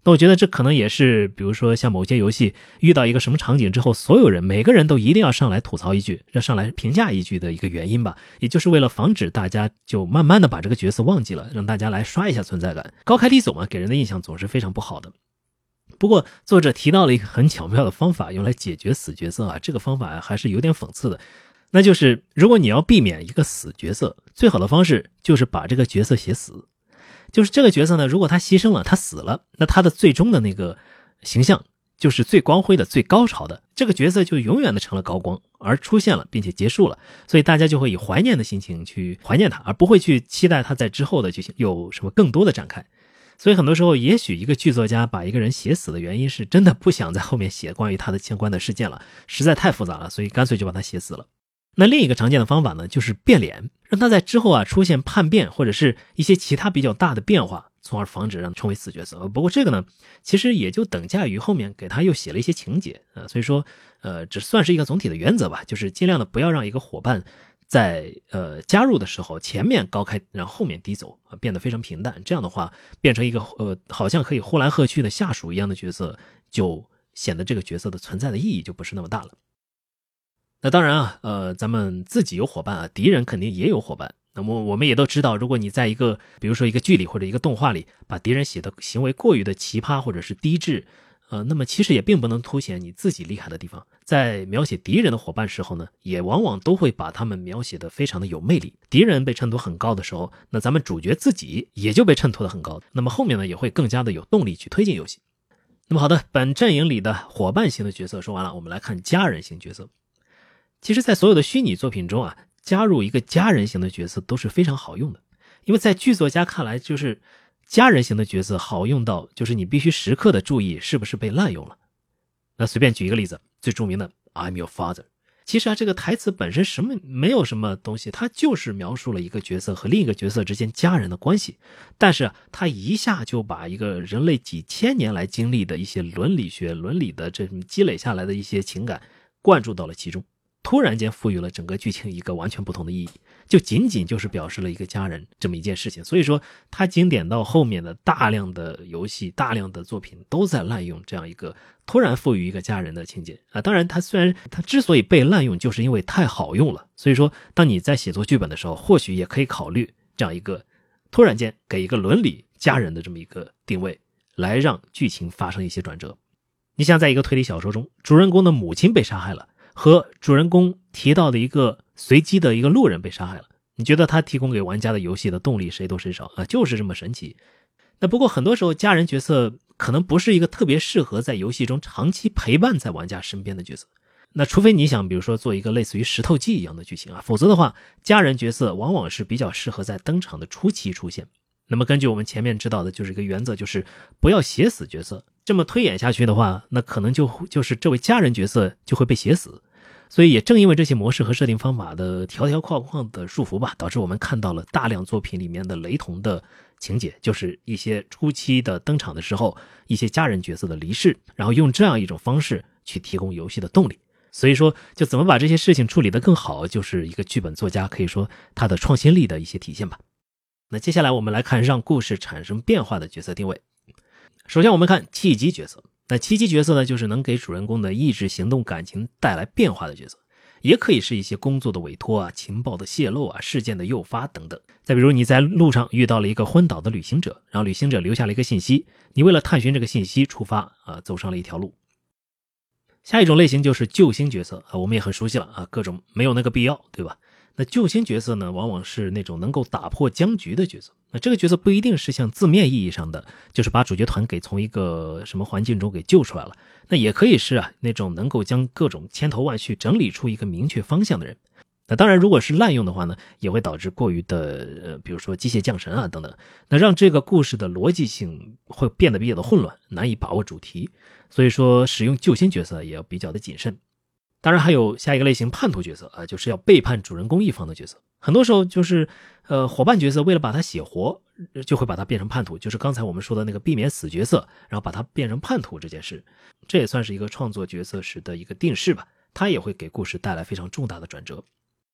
那我觉得这可能也是比如说像某些游戏遇到一个什么场景之后，所有人每个人都一定要上来吐槽一句，要上来评价一句的一个原因吧，也就是为了防止大家就慢慢的把这个角色忘记了，让大家来刷一下存在感。高开低走嘛，给人的印象总是非常不好的。不过作者提到了一个很巧妙的方法，用来解决死角色啊，这个方法还是有点讽刺的。那就是如果你要避免一个死角色，最好的方式就是把这个角色写死。就是这个角色呢，如果他牺牲了，他死了，那他的最终的那个形象就是最光辉的、最高潮的，这个角色就永远的成了高光，而出现了并且结束了，所以大家就会以怀念的心情去怀念他，而不会去期待他在之后的剧情有什么更多的展开。所以很多时候也许一个剧作家把一个人写死的原因是真的不想在后面写关于他的相关的事件了，实在太复杂了，所以干脆就把他写死了。那另一个常见的方法呢，就是变脸，让他在之后出现叛变或者是一些其他比较大的变化，从而防止让他成为死角色。不过这个呢，其实也就等价于后面给他又写了一些情节所以说只算是一个总体的原则吧，就是尽量的不要让一个伙伴在加入的时候前面高开，然后后面低走变得非常平淡，这样的话变成一个好像可以呼来喝去的下属一样的角色，就显得这个角色的存在的意义就不是那么大了。那当然咱们自己有伙伴敌人肯定也有伙伴。那么我们也都知道，如果你在一个比如说一个剧里或者一个动画里把敌人写的行为过于的奇葩或者是低智那么其实也并不能凸显你自己厉害的地方。在描写敌人的伙伴时候呢，也往往都会把他们描写的非常的有魅力。敌人被衬托很高的时候，那咱们主角自己也就被衬托的很高，那么后面呢也会更加的有动力去推进游戏。那么好的，本阵营里的伙伴型的角色说完了，我们来看家人型角色。其实在所有的虚拟作品中加入一个家人型的角色都是非常好用的，因为在剧作家看来，就是家人型的角色好用到就是你必须时刻的注意是不是被滥用了。那随便举一个例子，最著名的 I'm your father， 其实这个台词本身没有什么东西，它就是描述了一个角色和另一个角色之间家人的关系，但是它一下就把一个人类几千年来经历的一些伦理学伦理的这种积累下来的一些情感灌注到了其中，突然间赋予了整个剧情一个完全不同的意义，就仅仅就是表示了一个家人这么一件事情。所以说它经典到后面的大量的游戏大量的作品都在滥用这样一个突然赋予一个家人的情节当然它之所以被滥用就是因为太好用了，所以说当你在写作剧本的时候，或许也可以考虑这样一个突然间给一个伦理家人的这么一个定位，来让剧情发生一些转折。你像在一个推理小说中，主人公的母亲被杀害了，和主人公提到的一个随机的一个路人被杀害了，你觉得他提供给玩家的游戏的动力谁多谁少就是这么神奇。那不过很多时候家人角色可能不是一个特别适合在游戏中长期陪伴在玩家身边的角色，那除非你想比如说做一个类似于石头记一样的剧情否则的话家人角色往往是比较适合在登场的初期出现。那么根据我们前面知道的就是一个原则，就是不要写死角色，这么推演下去的话，那可能就是这位家人角色就会被写死。所以也正因为这些模式和设定方法的条条框框的束缚吧，导致我们看到了大量作品里面的雷同的情节，就是一些初期的登场的时候一些家人角色的离世，然后用这样一种方式去提供游戏的动力。所以说就怎么把这些事情处理得更好，就是一个剧本作家可以说他的创新力的一些体现吧。那接下来我们来看让故事产生变化的角色定位。首先我们看契机角色，那契机角色呢，就是能给主人公的意志行动感情带来变化的角色，也可以是一些工作的委托情报的泄露事件的诱发等等。再比如你在路上遇到了一个昏倒的旅行者，然后旅行者留下了一个信息，你为了探寻这个信息出发走上了一条路。下一种类型就是救星角色我们也很熟悉了各种没有那个必要，对吧？那救星角色呢，往往是那种能够打破僵局的角色。那这个角色不一定是像字面意义上的就是把主角团给从一个什么环境中给救出来了，那也可以是那种能够将各种千头万绪整理出一个明确方向的人。那当然如果是滥用的话呢，也会导致过于的比如说机械降神等等，那让这个故事的逻辑性会变得比较的混乱，难以把握主题。所以说使用救星角色也要比较的谨慎。当然还有下一个类型叛徒角色就是要背叛主人公一方的角色。很多时候就是伙伴角色为了把他写活，就会把他变成叛徒，就是刚才我们说的那个避免死角色，然后把他变成叛徒这件事，这也算是一个创作角色时的一个定式吧，它也会给故事带来非常重大的转折。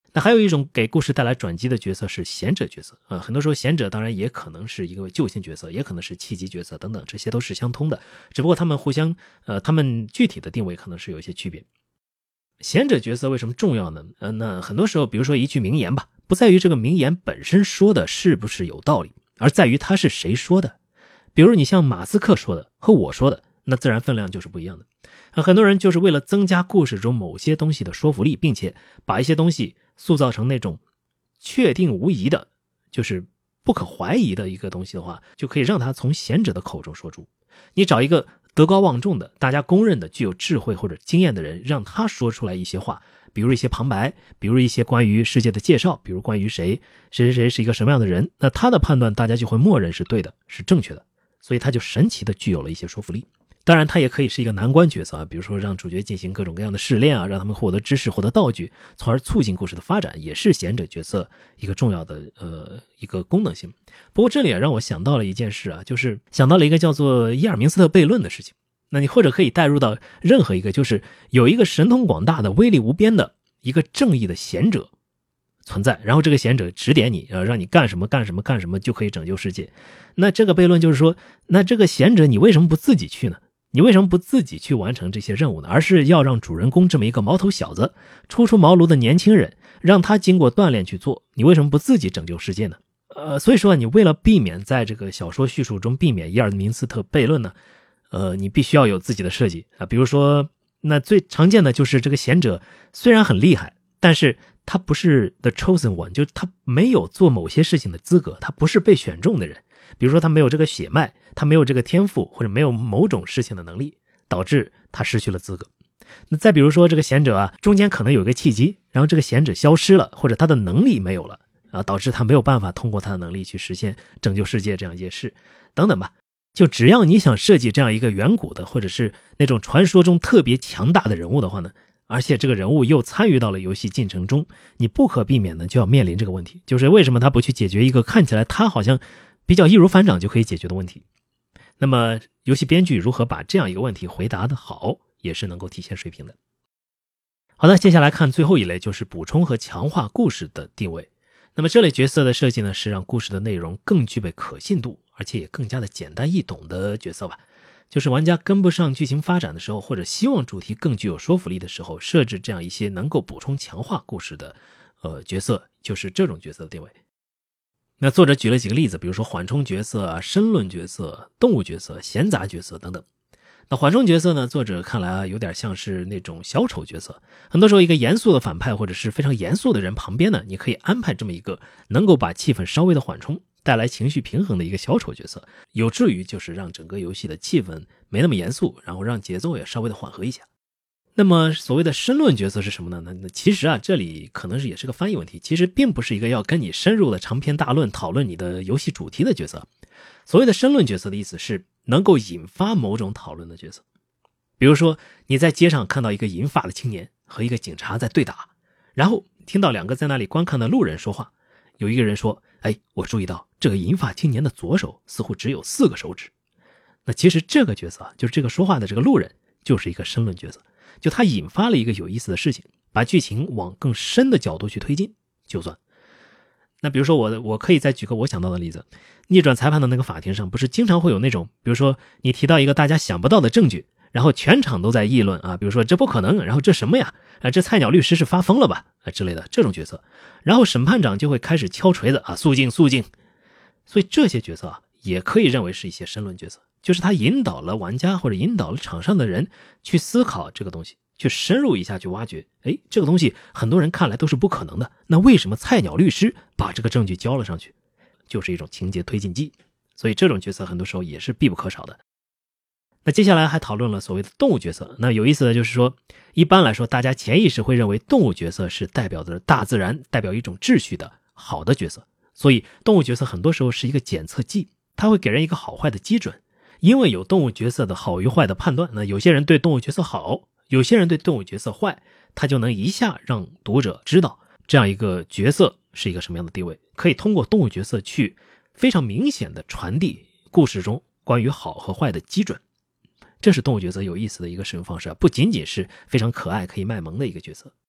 那还有一种给故事带来转机的角色是贤者角色很多时候贤者当然也可能是一个救星角色，也可能是契机角色等等，这些都是相通的，只不过他们他们具体的定位可能是有一些区别。贤者角色为什么重要呢？那很多时候比如说一句名言吧，不在于这个名言本身说的是不是有道理，而在于他是谁说的。比如你像马斯克说的和我说的，那自然分量就是不一样的。很多人就是为了增加故事中某些东西的说服力，并且把一些东西塑造成那种确定无疑的，就是不可怀疑的一个东西的话，就可以让他从贤者的口中说出。你找一个德高望重的，大家公认的具有智慧或者经验的人，让他说出来一些话，比如一些旁白，比如一些关于世界的介绍，比如关于谁是一个什么样的人，那他的判断大家就会默认是对的，是正确的，所以他就神奇的具有了一些说服力。当然他也可以是一个难关角色比如说让主角进行各种各样的试炼让他们获得知识获得道具，从而促进故事的发展，也是贤者角色一个重要的一个功能性。不过这里也让我想到了一件事就是想到了一个叫做伊尔明斯特悖论的事情。那你或者可以带入到任何一个，就是有一个神通广大的威力无边的一个正义的贤者存在，然后这个贤者指点你让你干什么干什么干什么就可以拯救世界。那这个悖论就是说，那这个贤者你为什么不自己去呢？你为什么不自己去完成这些任务呢？而是要让主人公这么一个毛头小子，初出茅庐的年轻人，让他经过锻炼去做，你为什么不自己拯救世界呢？所以说你为了避免在这个小说叙述中避免伊尔明斯特悖论呢，你必须要有自己的设计比如说，那最常见的就是这个贤者虽然很厉害，但是他不是 the chosen one， 就他没有做某些事情的资格，他不是被选中的人。比如说他没有这个血脉，他没有这个天赋，或者没有某种事情的能力，导致他失去了资格。那再比如说这个贤者中间可能有一个契机，然后这个贤者消失了，或者他的能力没有了导致他没有办法通过他的能力去实现拯救世界这样一件事等等吧。就只要你想设计这样一个远古的或者是那种传说中特别强大的人物的话呢，而且这个人物又参与到了游戏进程中，你不可避免的就要面临这个问题，就是为什么他不去解决一个看起来他好像比较易如反掌就可以解决的问题。那么游戏编剧如何把这样一个问题回答的好，也是能够体现水平的。好的，接下来看最后一类，就是补充和强化故事的定位。那么这类角色的设计呢，是让故事的内容更具备可信度，而且也更加的简单易懂的角色吧。就是玩家跟不上剧情发展的时候，或者希望主题更具有说服力的时候，设置这样一些能够补充强化故事的角色，就是这种角色的定位。那作者举了几个例子，比如说缓冲角色申论角色、动物角色、闲杂角色等等。那缓冲角色呢，作者看来有点像是那种小丑角色。很多时候一个严肃的反派或者是非常严肃的人旁边呢，你可以安排这么一个能够把气氛稍微的缓冲，带来情绪平衡的一个小丑角色，有助于就是让整个游戏的气氛没那么严肃，然后让节奏也稍微的缓和一下。那么所谓的申论角色是什么呢？那其实这里可能也是个翻译问题，其实并不是一个要跟你深入的长篇大论讨论你的游戏主题的角色。所谓的申论角色的意思是能够引发某种讨论的角色。比如说你在街上看到一个银发的青年和一个警察在对打，然后听到两个在那里观看的路人说话，有一个人说，我注意到这个银发青年的左手似乎只有4个手指。那其实这个角色就是这个说话的这个路人就是一个申论角色，就他引发了一个有意思的事情，把剧情往更深的角度去推进就算。那比如说我可以再举个我想到的例子，逆转裁判的那个法庭上不是经常会有那种，比如说你提到一个大家想不到的证据，然后全场都在议论比如说这不可能，然后这什么呀这菜鸟律师是发疯了吧之类的这种角色，然后审判长就会开始敲锤子肃静肃静。所以这些角色也可以认为是一些申论角色，就是他引导了玩家或者引导了场上的人去思考这个东西，去深入一下去挖掘，这个东西很多人看来都是不可能的，那为什么菜鸟律师把这个证据交了上去，就是一种情节推进剂。所以这种角色很多时候也是必不可少的。那接下来还讨论了所谓的动物角色。那有意思的就是说，一般来说大家潜意识会认为动物角色是代表着大自然，代表一种秩序的好的角色，所以动物角色很多时候是一个检测剂，它会给人一个好坏的基准。因为有动物角色的好与坏的判断，那有些人对动物角色好，有些人对动物角色坏，他就能一下让读者知道这样一个角色是一个什么样的地位，可以通过动物角色去非常明显的传递故事中关于好和坏的基准。这是动物角色有意思的一个使用方式不仅仅是非常可爱可以卖萌的一个角色。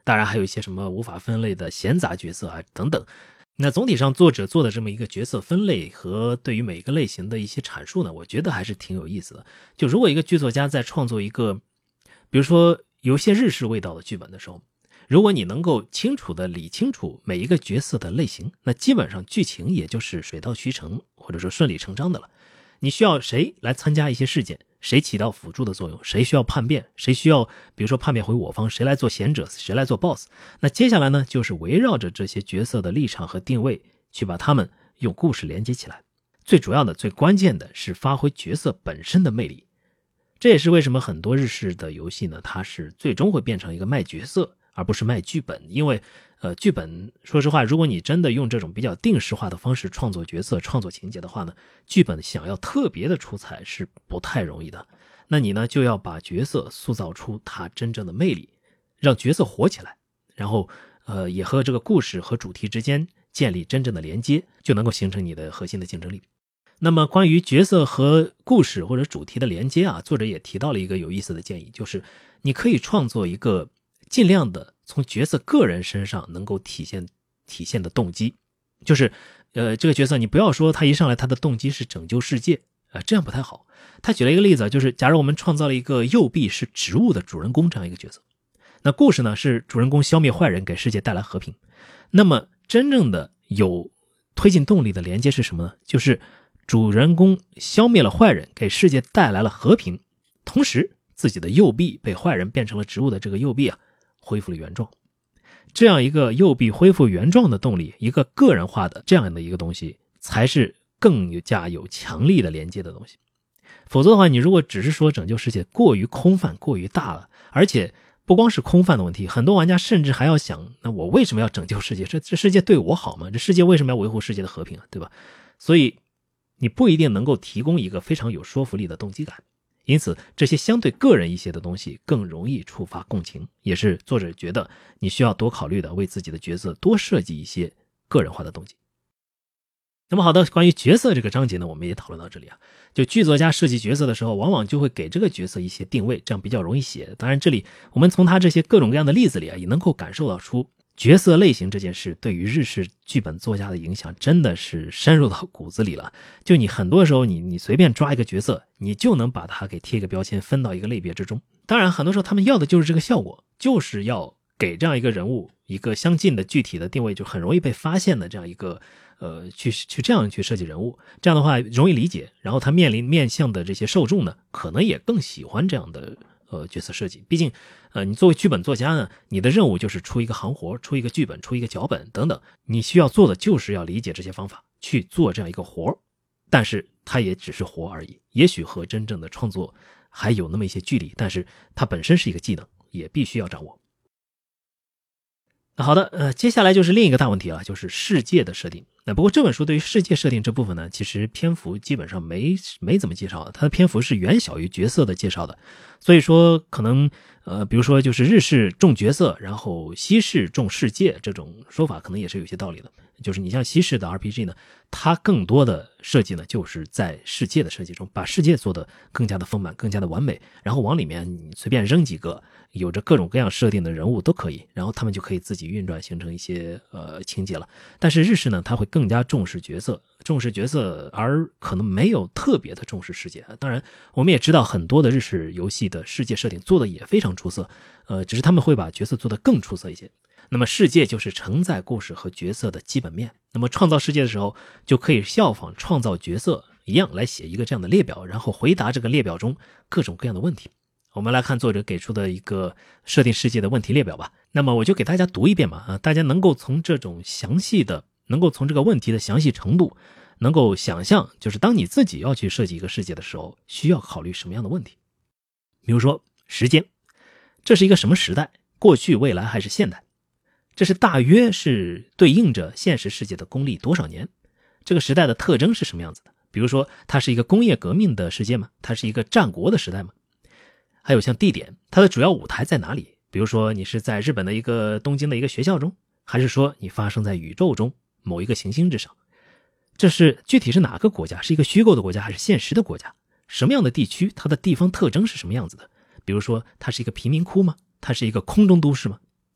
当然还有一些什么无法分类的闲杂角色啊等等。那总体上作者做的这么一个角色分类和对于每个类型的一些阐述呢，我觉得还是挺有意思的。就如果一个剧作家在创作一个比如说有些日式味道的剧本的时候，如果你能够清楚的理清楚每一个角色的类型，那基本上剧情也就是水到渠成或者说顺理成章的了。你需要谁来参加一些事件，谁起到辅助的作用，谁需要叛变，谁需要比如说叛变回我方，谁来做贤者，谁来做 boss。 那接下来呢，就是围绕着这些角色的立场和定位去把他们用故事连接起来。最主要的最关键的是发挥角色本身的魅力。这也是为什么很多日式的游戏呢，它是最终会变成一个卖角色而不是卖剧本。因为剧本说实话，如果你真的用这种比较定式化的方式创作角色创作情节的话呢，剧本想要特别的出彩是不太容易的。那你呢就要把角色塑造出它真正的魅力，让角色活起来，然后也和这个故事和主题之间建立真正的连接，就能够形成你的核心的竞争力。那么关于角色和故事或者主题的连接啊，作者也提到了一个有意思的建议，就是你可以创作一个尽量的从角色个人身上能够体现的动机。就是这个角色你不要说他一上来他的动机是拯救世界这样不太好。他举了一个例子，就是假如我们创造了一个右臂是植物的主人公这样一个角色，那故事呢是主人公消灭坏人给世界带来和平，那么真正的有推进动力的连接是什么呢？就是主人公消灭了坏人给世界带来了和平，同时自己的右臂被坏人变成了植物的这个右臂恢复了原状。这样一个右臂恢复原状的动力，一个个人化的这样的一个东西，才是更加有强力的连接的东西。否则的话，你如果只是说拯救世界，过于空泛过于大了，而且不光是空泛的问题，很多玩家甚至还要想，那我为什么要拯救世界？这世界对我好吗？这世界为什么要维护世界的和平对吧？所以你不一定能够提供一个非常有说服力的动机感，因此这些相对个人一些的东西更容易触发共情，也是作者觉得你需要多考虑的，为自己的角色多设计一些个人化的动机。那么好的，关于角色这个章节呢，我们也讨论到这里就剧作家设计角色的时候，往往就会给这个角色一些定位，这样比较容易写。当然这里我们从他这些各种各样的例子里也能够感受到出角色类型这件事对于日式剧本作家的影响真的是深入到骨子里了。就你很多时候你随便抓一个角色，你就能把它给贴一个标签，分到一个类别之中。当然很多时候他们要的就是这个效果，就是要给这样一个人物一个相近的具体的定位，就很容易被发现的这样一个去这样去设计人物，这样的话容易理解，然后他面向的这些受众呢，可能也更喜欢这样的角色设计。毕竟你作为剧本作家呢，你的任务就是出一个行活，出一个剧本，出一个脚本等等，你需要做的就是要理解这些方法去做这样一个活，但是它也只是活而已，也许和真正的创作还有那么一些距离，但是它本身是一个技能，也必须要掌握。好的，接下来就是另一个大问题就是世界的设定。那不过这本书对于世界设定这部分呢，其实篇幅基本上没怎么介绍的，它的篇幅是远小于角色的介绍的。所以说可能比如说就是日式重角色，然后西式重世界，这种说法可能也是有些道理的。就是你像西式的 RPG 呢，它更多的设计呢就是在世界的设计中，把世界做得更加的丰满，更加的完美，然后往里面你随便扔几个有着各种各样设定的人物都可以，然后他们就可以自己运转形成一些情节了。但是日式呢，它会更加重视角色，而可能没有特别的重视世界。当然我们也知道很多的日式游戏的世界设定做的也非常出色，只是他们会把角色做得更出色一些。那么世界就是承载故事和角色的基本面，那么创造世界的时候就可以效仿创造角色一样来写一个这样的列表，然后回答这个列表中各种各样的问题。我们来看作者给出的一个设定世界的问题列表吧。那么我就给大家读一遍吧，大家能够从这种能够从这个问题的详细程度能够想象，就是当你自己要去设计一个世界的时候需要考虑什么样的问题。比如说时间，这是一个什么时代，过去未来还是现代，这是大约是对应着现实世界的公历多少年，这个时代的特征是什么样子的，比如说它是一个工业革命的世界吗？它是一个战国的时代吗？还有像地点，它的主要舞台在哪里，比如说你是在日本的一个东京的一个学校中，还是说你发生在宇宙中某一个行星之上，这是具体是哪个国家，是一个虚构的国家还是现实的国家，什么样的地区，它的地方特征是什么样子的，比如说它是一个贫民窟吗？它是一个空中都市吗？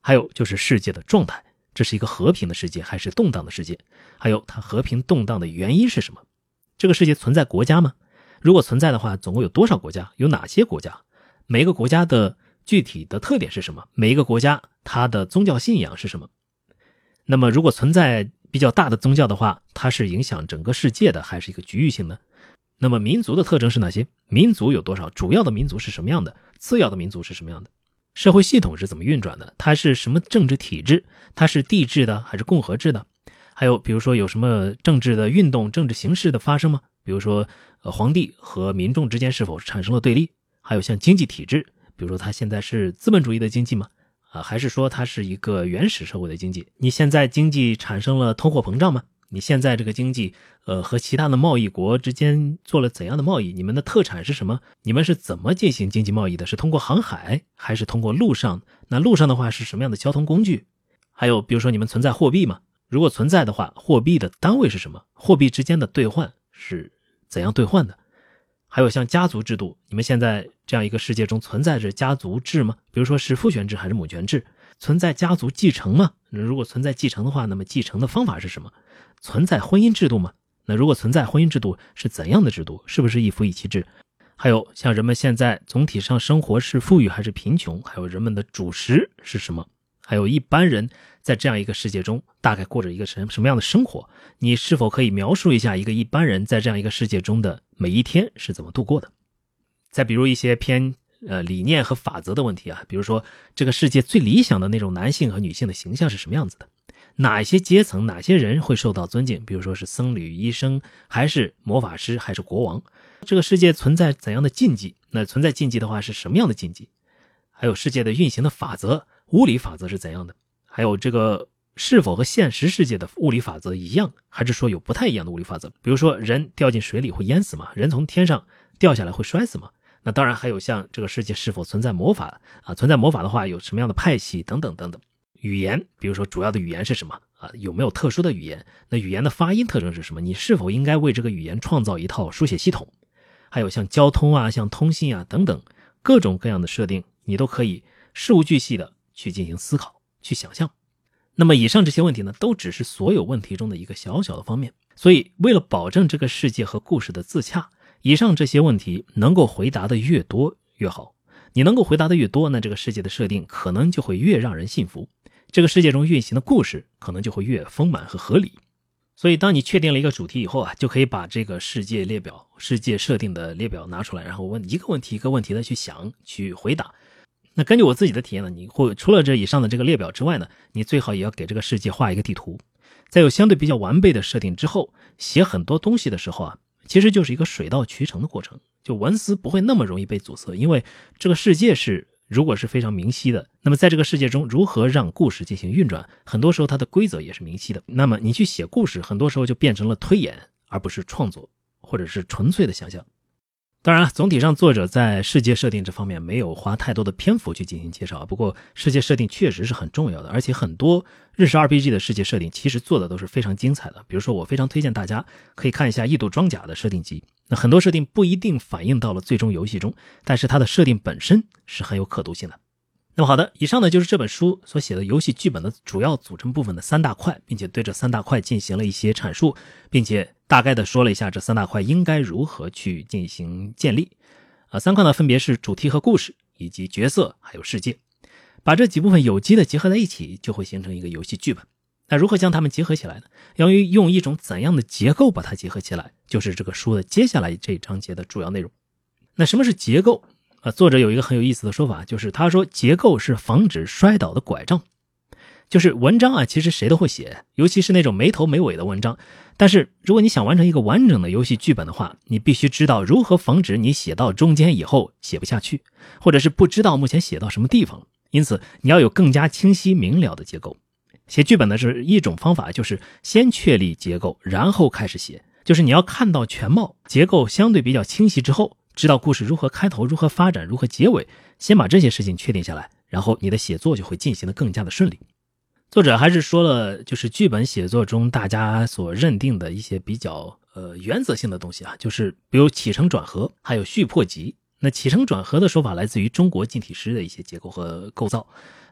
还有就是世界的状态，这是一个和平的世界还是动荡的世界？还有它和平动荡的原因是什么？这个世界存在国家吗？如果存在的话，总共有多少国家？有哪些国家？每一个国家的具体的特点是什么？每一个国家它的宗教信仰是什么？那么如果存在比较大的宗教的话，它是影响整个世界的还是一个局域性的？那么民族的特征是哪些？民族有多少？主要的民族是什么样的？次要的民族是什么样的？社会系统是怎么运转的？它是什么政治体制？它是帝制的还是共和制的？还有比如说有什么政治的运动、政治形势的发生吗？比如说皇帝和民众之间是否产生了对立？还有像经济体制，比如说它现在是资本主义的经济吗？还是说它是一个原始社会的经济？你现在经济产生了通货膨胀吗？你现在这个经济和其他的贸易国之间做了怎样的贸易？你们的特产是什么？你们是怎么进行经济贸易的？是通过航海还是通过陆上？那陆上的话是什么样的交通工具？还有比如说你们存在货币吗？如果存在的话，货币的单位是什么？货币之间的兑换是怎样兑换的？还有像家族制度，你们现在这样一个世界中存在着家族制吗？比如说是父权制还是母权制？存在家族继承吗？如果存在继承的话，那么继承的方法是什么？存在婚姻制度吗？那如果存在婚姻制度，是怎样的制度？是不是一夫一妻制？还有像人们现在总体上生活是富裕还是贫穷？还有人们的主食是什么？还有一般人在这样一个世界中大概过着一个什么样的生活？你是否可以描述一下一个一般人在这样一个世界中的每一天是怎么度过的？再比如一些偏理念和法则的问题啊，比如说这个世界最理想的那种男性和女性的形象是什么样子的？哪些阶层哪些人会受到尊敬？比如说是僧侣、医生，还是魔法师，还是国王？这个世界存在怎样的禁忌？那存在禁忌的话是什么样的禁忌？还有世界的运行的法则，物理法则是怎样的？还有这个是否和现实世界的物理法则一样，还是说有不太一样的物理法则？比如说人掉进水里会淹死吗？人从天上掉下来会摔死吗？那当然还有像这个世界是否存在魔法啊？存在魔法的话有什么样的派系等等等等。语言，比如说主要的语言是什么啊？有没有特殊的语言？那语言的发音特征是什么？你是否应该为这个语言创造一套书写系统？还有像交通啊、像通信啊等等各种各样的设定，你都可以事无巨细的去进行思考、去想象。那么以上这些问题呢，都只是所有问题中的一个小小的方面。所以为了保证这个世界和故事的自洽，以上这些问题能够回答的越多越好。你能够回答的越多，那这个世界的设定可能就会越让人信服，这个世界中运行的故事可能就会越丰满和合理。所以当你确定了一个主题以后啊，就可以把这个世界列表、世界设定的列表拿出来，然后问一个问题一个问题的去想、去回答。那根据我自己的体验呢，你会除了这以上的这个列表之外呢，你最好也要给这个世界画一个地图。在有相对比较完备的设定之后，写很多东西的时候啊，其实就是一个水到渠成的过程，就文思不会那么容易被阻塞，因为这个世界如果是非常明晰的，那么在这个世界中如何让故事进行运转，很多时候它的规则也是明晰的。那么你去写故事，很多时候就变成了推演，而不是创作，或者是纯粹的想象。当然了，总体上作者在世界设定这方面没有花太多的篇幅去进行介绍，不过世界设定确实是很重要的，而且很多日式 RPG 的世界设定其实做的都是非常精彩的。比如说我非常推荐大家可以看一下异度装甲的设定集，那很多设定不一定反映到了最终游戏中，但是它的设定本身是很有可读性的。那么好的，以上呢就是这本书所写的游戏剧本的主要组成部分的三大块，并且对这三大块进行了一些阐述，并且大概的说了一下这三大块应该如何去进行建立。三块呢分别是主题和故事，以及角色还有世界。把这几部分有机的结合在一起，就会形成一个游戏剧本。那如何将它们结合起来呢？要用一种怎样的结构把它结合起来，就是这个书的接下来这一章节的主要内容。那什么是结构？作者有一个很有意思的说法，就是他说结构是防止摔倒的拐杖。就是文章啊，其实谁都会写，尤其是那种没头没尾的文章。但是如果你想完成一个完整的游戏剧本的话，你必须知道如何防止你写到中间以后写不下去，或者是不知道目前写到什么地方。因此你要有更加清晰明了的结构。写剧本的是一种方法，就是先确立结构，然后开始写。就是你要看到全貌，结构相对比较清晰之后，知道故事如何开头、如何发展、如何结尾，先把这些事情确定下来，然后你的写作就会进行得更加的顺利。作者还是说了，就是剧本写作中大家所认定的一些比较原则性的东西啊，就是比如起承转合，还有序破集。那起承转合的说法来自于中国近体诗的一些结构和构造。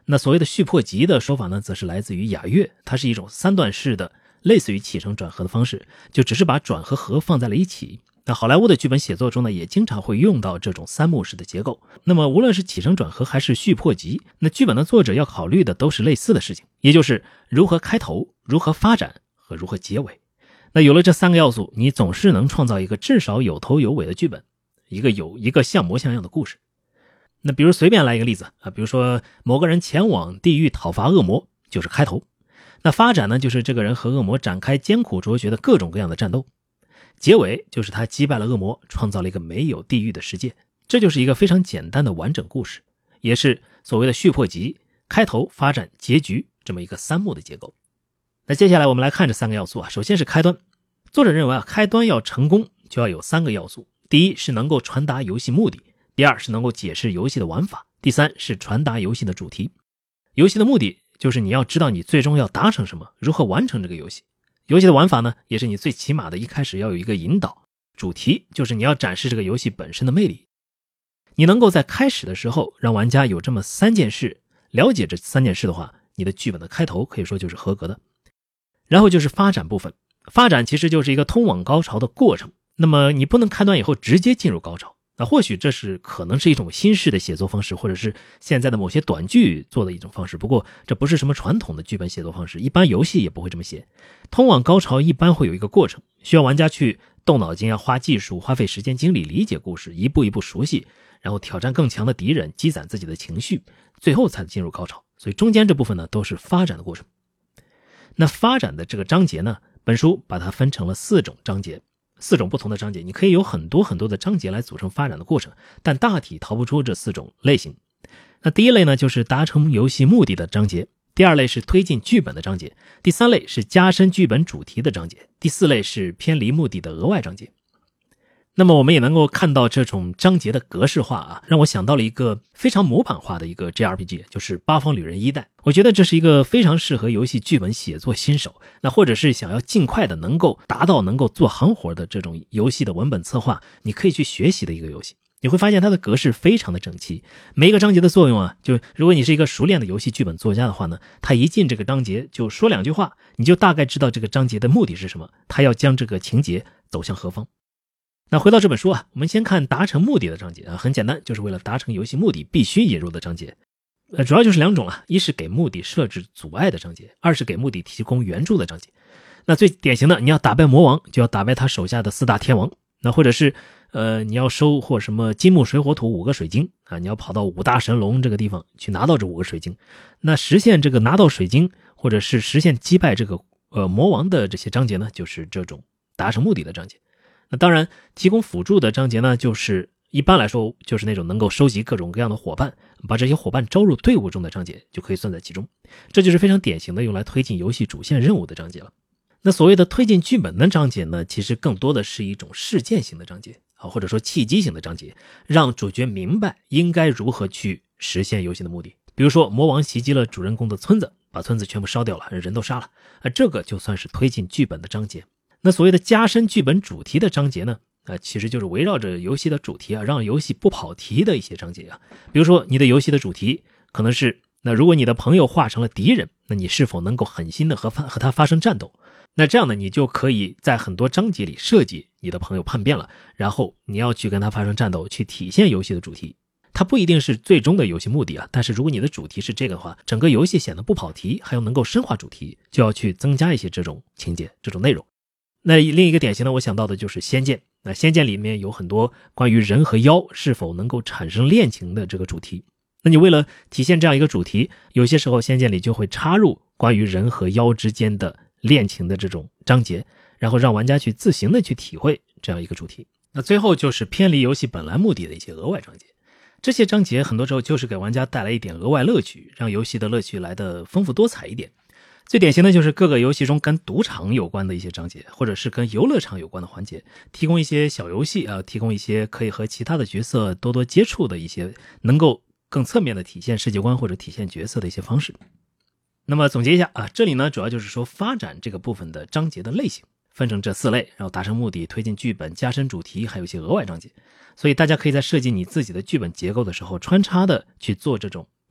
那所谓的续破集的说法呢，则是来自于雅乐，它是一种3段式的类似于起承转合的方式，就只是把转和合放在了一起。那好莱坞的剧本写作中呢，也经常会用到这种3幕式的结构。那么无论是起承转合还是续破集，那剧本的作者要考虑的都是类似的事情，也就是如何开头、如何发展和如何结尾。那有了这3个要素，你总是能创造一个至少有头有尾的剧本，一个像模像样的故事。那比如随便来一个例子啊，比如说某个人前往地狱讨伐恶魔，就是开头。那发展呢，就是这个人和恶魔展开艰苦卓绝的各种各样的战斗。结尾就是他击败了恶魔，创造了一个没有地狱的世界。这就是一个非常简单的完整故事，也是所谓的续破集，开头、发展、结局这么一个3幕的结构。那接下来我们来看这3个要素啊。首先是开端，作者认为开端要成功就要有3个要素。第一是能够传达游戏目的，第二是能够解释游戏的玩法，第三是传达游戏的主题。游戏的目的就是你要知道你最终要达成什么，如何完成这个游戏。游戏的玩法呢，也是你最起码的一开始要有一个引导。主题就是你要展示这个游戏本身的魅力。你能够在开始的时候让玩家有这么3件事，了解这3件事的话，你的剧本的开头可以说就是合格的。然后就是发展部分，发展其实就是一个通往高潮的过程。那么你不能开端以后直接进入高潮，那或许这可能是一种新式的写作方式，或者是现在的某些短剧做的一种方式。不过这不是什么传统的剧本写作方式，一般游戏也不会这么写。通往高潮一般会有一个过程，需要玩家去动脑筋，要花技术、花费时间精力理解故事，一步一步熟悉，然后挑战更强的敌人，积攒自己的情绪，最后才进入高潮。所以中间这部分呢，都是发展的过程。那发展的这个章节呢，本书把它分成了4种章节，4种不同的章节，你可以有很多很多的章节来组成发展的过程，但大体逃不出这4种类型。那第一类呢，就是达成游戏目的的章节，第2类是推进剧本的章节，第3类是加深剧本主题的章节，第4类是偏离目的的额外章节。那么我们也能够看到这种章节的格式化啊，让我想到了一个非常模板化的一个 JRPG， 就是八方旅人1代。我觉得这是一个非常适合游戏剧本写作新手，那或者是想要尽快的能够达到能够做行活的这种游戏的文本策划，你可以去学习的一个游戏。你会发现它的格式非常的整齐，每一个章节的作用啊，就如果你是一个熟练的游戏剧本作家的话呢，他一进这个章节就说2句话，你就大概知道这个章节的目的是什么，他要将这个情节走向何方。那回到这本书啊，我们先看达成目的的章节啊，很简单，就是为了达成游戏目的必须引入的章节。主要就是2种了，一是给目的设置阻碍的章节，二是给目的提供援助的章节。那最典型的，你要打败魔王，就要打败他手下的4大天王，那或者是你要收获什么金木水火土5个水晶啊，你要跑到5大神龙这个地方去拿到这5个水晶。那实现这个拿到水晶，或者是实现击败这个魔王的这些章节呢，就是这种达成目的的章节。那当然提供辅助的章节呢，就是一般来说就是那种能够收集各种各样的伙伴，把这些伙伴招入队伍中的章节就可以算在其中。这就是非常典型的用来推进游戏主线任务的章节了。那所谓的推进剧本的章节呢，其实更多的是一种事件型的章节啊，或者说契机型的章节，让主角明白应该如何去实现游戏的目的。比如说魔王袭击了主人公的村子，把村子全部烧掉了，人都杀了，这个就算是推进剧本的章节。那所谓的加深剧本主题的章节呢，其实就是围绕着游戏的主题啊，让游戏不跑题的一些章节啊。比如说你的游戏的主题可能是，那如果你的朋友化成了敌人，那你是否能够狠心的和他发生战斗？那这样呢，你就可以在很多章节里设计你的朋友叛变了，然后你要去跟他发生战斗，去体现游戏的主题。它不一定是最终的游戏目的啊，但是如果你的主题是这个的话，整个游戏显得不跑题，还要能够深化主题，就要去增加一些这种情节、这种内容。那另一个典型呢，我想到的就是仙剑。那仙剑里面有很多关于人和妖是否能够产生恋情的这个主题。那你为了体现这样一个主题，有些时候仙剑里就会插入关于人和妖之间的恋情的这种章节，然后让玩家去自行的去体会这样一个主题。那最后就是偏离游戏本来目的的一些额外章节。这些章节很多时候就是给玩家带来一点额外乐趣，让游戏的乐趣来得丰富多彩一点。最典型的就是各个游戏中跟赌场有关的一些章节，或者是跟游乐场有关的环节，提供一些小游戏啊，提供一些可以和其他的角色多多接触的一些能够更侧面的体现世界观或者体现角色的一些方式。那么总结一下啊，这里呢主要就是说发展这个部分的章节的类型分成这4类，然后达成目的、推进剧本、加深主题，还有一些额外章节。所以大家可以在设计你自己的剧本结构的时候，穿插的去做这种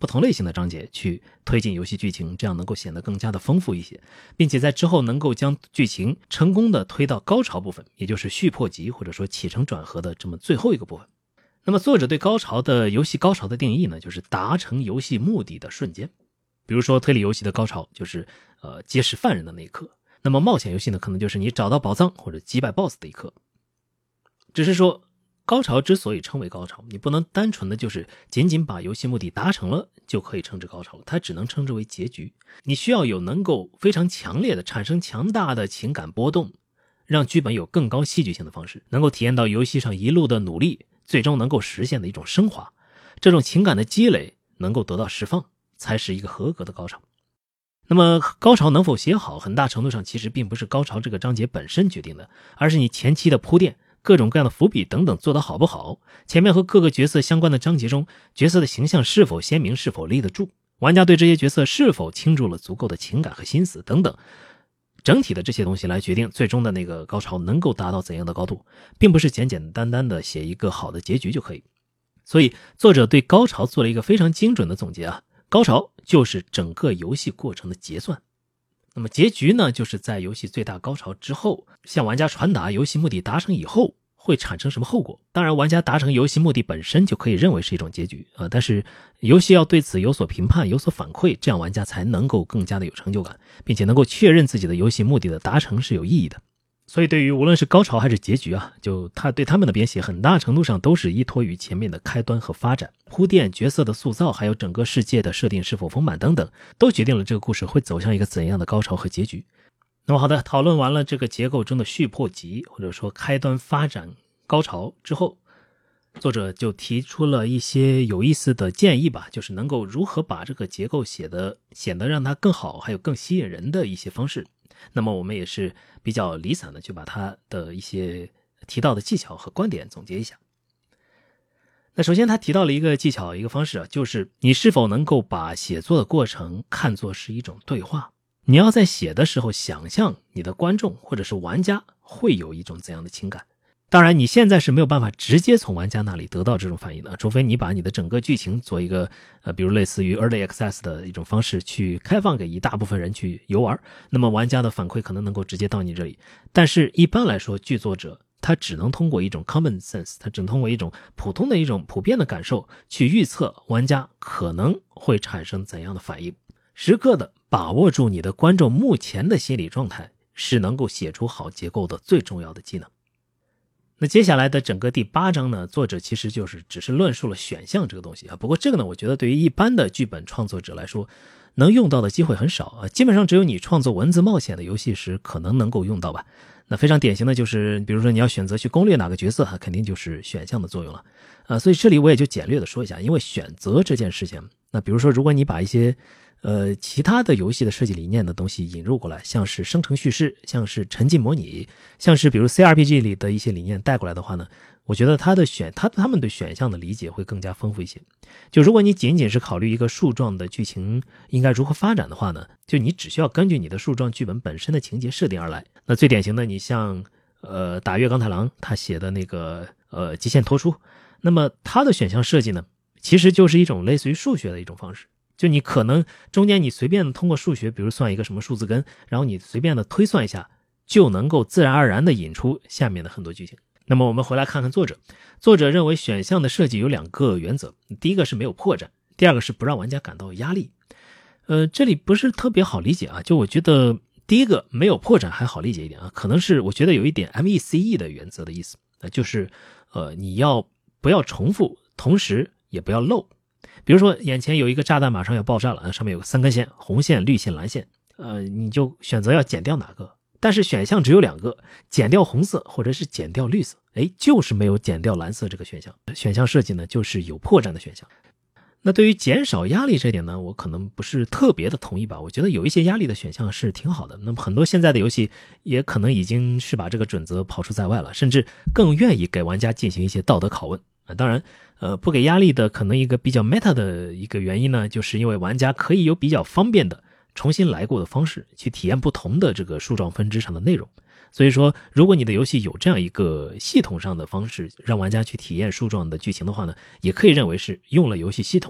不同类型的章节去推进游戏剧情，这样能够显得更加的丰富一些，并且在之后能够将剧情成功的推到高潮部分，也就是续破集或者说起承转合的这么最后一个部分。那么作者对游戏高潮的定义呢，就是达成游戏目的的瞬间。比如说推理游戏的高潮就是揭示犯人的那一刻，那么冒险游戏呢，可能就是你找到宝藏或者击败 BOSS 的一刻。只是说高潮之所以称为高潮，你不能单纯的就是仅仅把游戏目的达成了就可以称之高潮了，它只能称之为结局。你需要有能够非常强烈的产生强大的情感波动，让剧本有更高戏剧性的方式，能够体验到游戏上一路的努力最终能够实现的一种升华，这种情感的积累能够得到释放，才是一个合格的高潮。那么高潮能否写好，很大程度上其实并不是高潮这个章节本身决定的，而是你前期的铺垫，各种各样的伏笔等等做得好不好，前面和各个角色相关的章节中，角色的形象是否鲜明，是否立得住，玩家对这些角色是否倾注了足够的情感和心思等等，整体的这些东西来决定最终的那个高潮能够达到怎样的高度，并不是简简单单的写一个好的结局就可以。所以作者对高潮做了一个非常精准的总结啊，高潮就是整个游戏过程的结算。那么结局呢，就是在游戏最大高潮之后，向玩家传达游戏目的达成以后会产生什么后果。当然玩家达成游戏目的本身就可以认为是一种结局但是游戏要对此有所评判，有所反馈，这样玩家才能够更加的有成就感，并且能够确认自己的游戏目的的达成是有意义的。所以对于无论是高潮还是结局对他们的编写很大程度上都是依托于前面的开端和发展，铺垫角色的塑造，还有整个世界的设定是否丰满等等，都决定了这个故事会走向一个怎样的高潮和结局。那么好的，讨论完了这个结构中的续破集，或者说开端发展高潮之后，作者就提出了一些有意思的建议吧，就是能够如何把这个结构显得让它更好，还有更吸引人的一些方式。那么我们也是比较离散的去把他的一些提到的技巧和观点总结一下。那首先他提到了一个技巧，一个方式就是你是否能够把写作的过程看作是一种对话。你要在写的时候想象你的观众或者是玩家会有一种怎样的情感。当然你现在是没有办法直接从玩家那里得到这种反应的，除非你把你的整个剧情做一个比如类似于 Early Access 的一种方式去开放给一大部分人去游玩，那么玩家的反馈可能能够直接到你这里。但是一般来说剧作者他只能通过一种 common sense， 他只能通过一种普通的一种普遍的感受去预测玩家可能会产生怎样的反应。时刻的把握住你的观众目前的心理状态，是能够写出好结构的最重要的技能。那接下来的整个第8章呢，作者其实只是论述了选项这个东西不过这个呢，我觉得对于一般的剧本创作者来说，能用到的机会很少基本上只有你创作文字冒险的游戏时可能能够用到吧。那非常典型的就是比如说你要选择去攻略哪个角色肯定就是选项的作用了所以这里我也就简略的说一下，因为选择这件事情，那比如说如果你把一些其他的游戏的设计理念的东西引入过来，像是生成叙事，像是沉浸模拟，像是比如 CRPG 里的一些理念带过来的话呢，我觉得他们对选项的理解会更加丰富一些。就如果你仅仅是考虑一个树状的剧情应该如何发展的话呢，就你只需要根据你的树状剧本本身的情节设定而来。那最典型的，你像打月刚太郎他写的那个极限脱出，那么他的选项设计呢，其实就是一种类似于数学的一种方式。就你可能中间你随便通过数学，比如算一个什么数字根，然后你随便的推算一下，就能够自然而然的引出下面的很多剧情。那么我们回来看看作者认为选项的设计有2个原则，第一个是没有破绽，第二个是不让玩家感到压力。这里不是特别好理解就我觉得第一个没有破绽还好理解一点可能是我觉得有一点 MECE 的原则的意思，就是你要不要重复，同时也不要漏。比如说眼前有一个炸弹马上要爆炸了上面有3根线，红线、绿线、蓝线你就选择要剪掉哪个，但是选项只有2个，剪掉红色或者是剪掉绿色，就是没有剪掉蓝色这个选项。选项设计呢就是有破绽的选项。那对于减少压力这点呢，我可能不是特别的同意吧，我觉得有一些压力的选项是挺好的。那么很多现在的游戏也可能已经是把这个准则抛出在外了，甚至更愿意给玩家进行一些道德拷问当然不给压力的可能一个比较 meta 的一个原因呢，就是因为玩家可以有比较方便的重新来过的方式去体验不同的这个树状分支上的内容。所以说如果你的游戏有这样一个系统上的方式让玩家去体验树状的剧情的话呢，也可以认为是用了游戏系统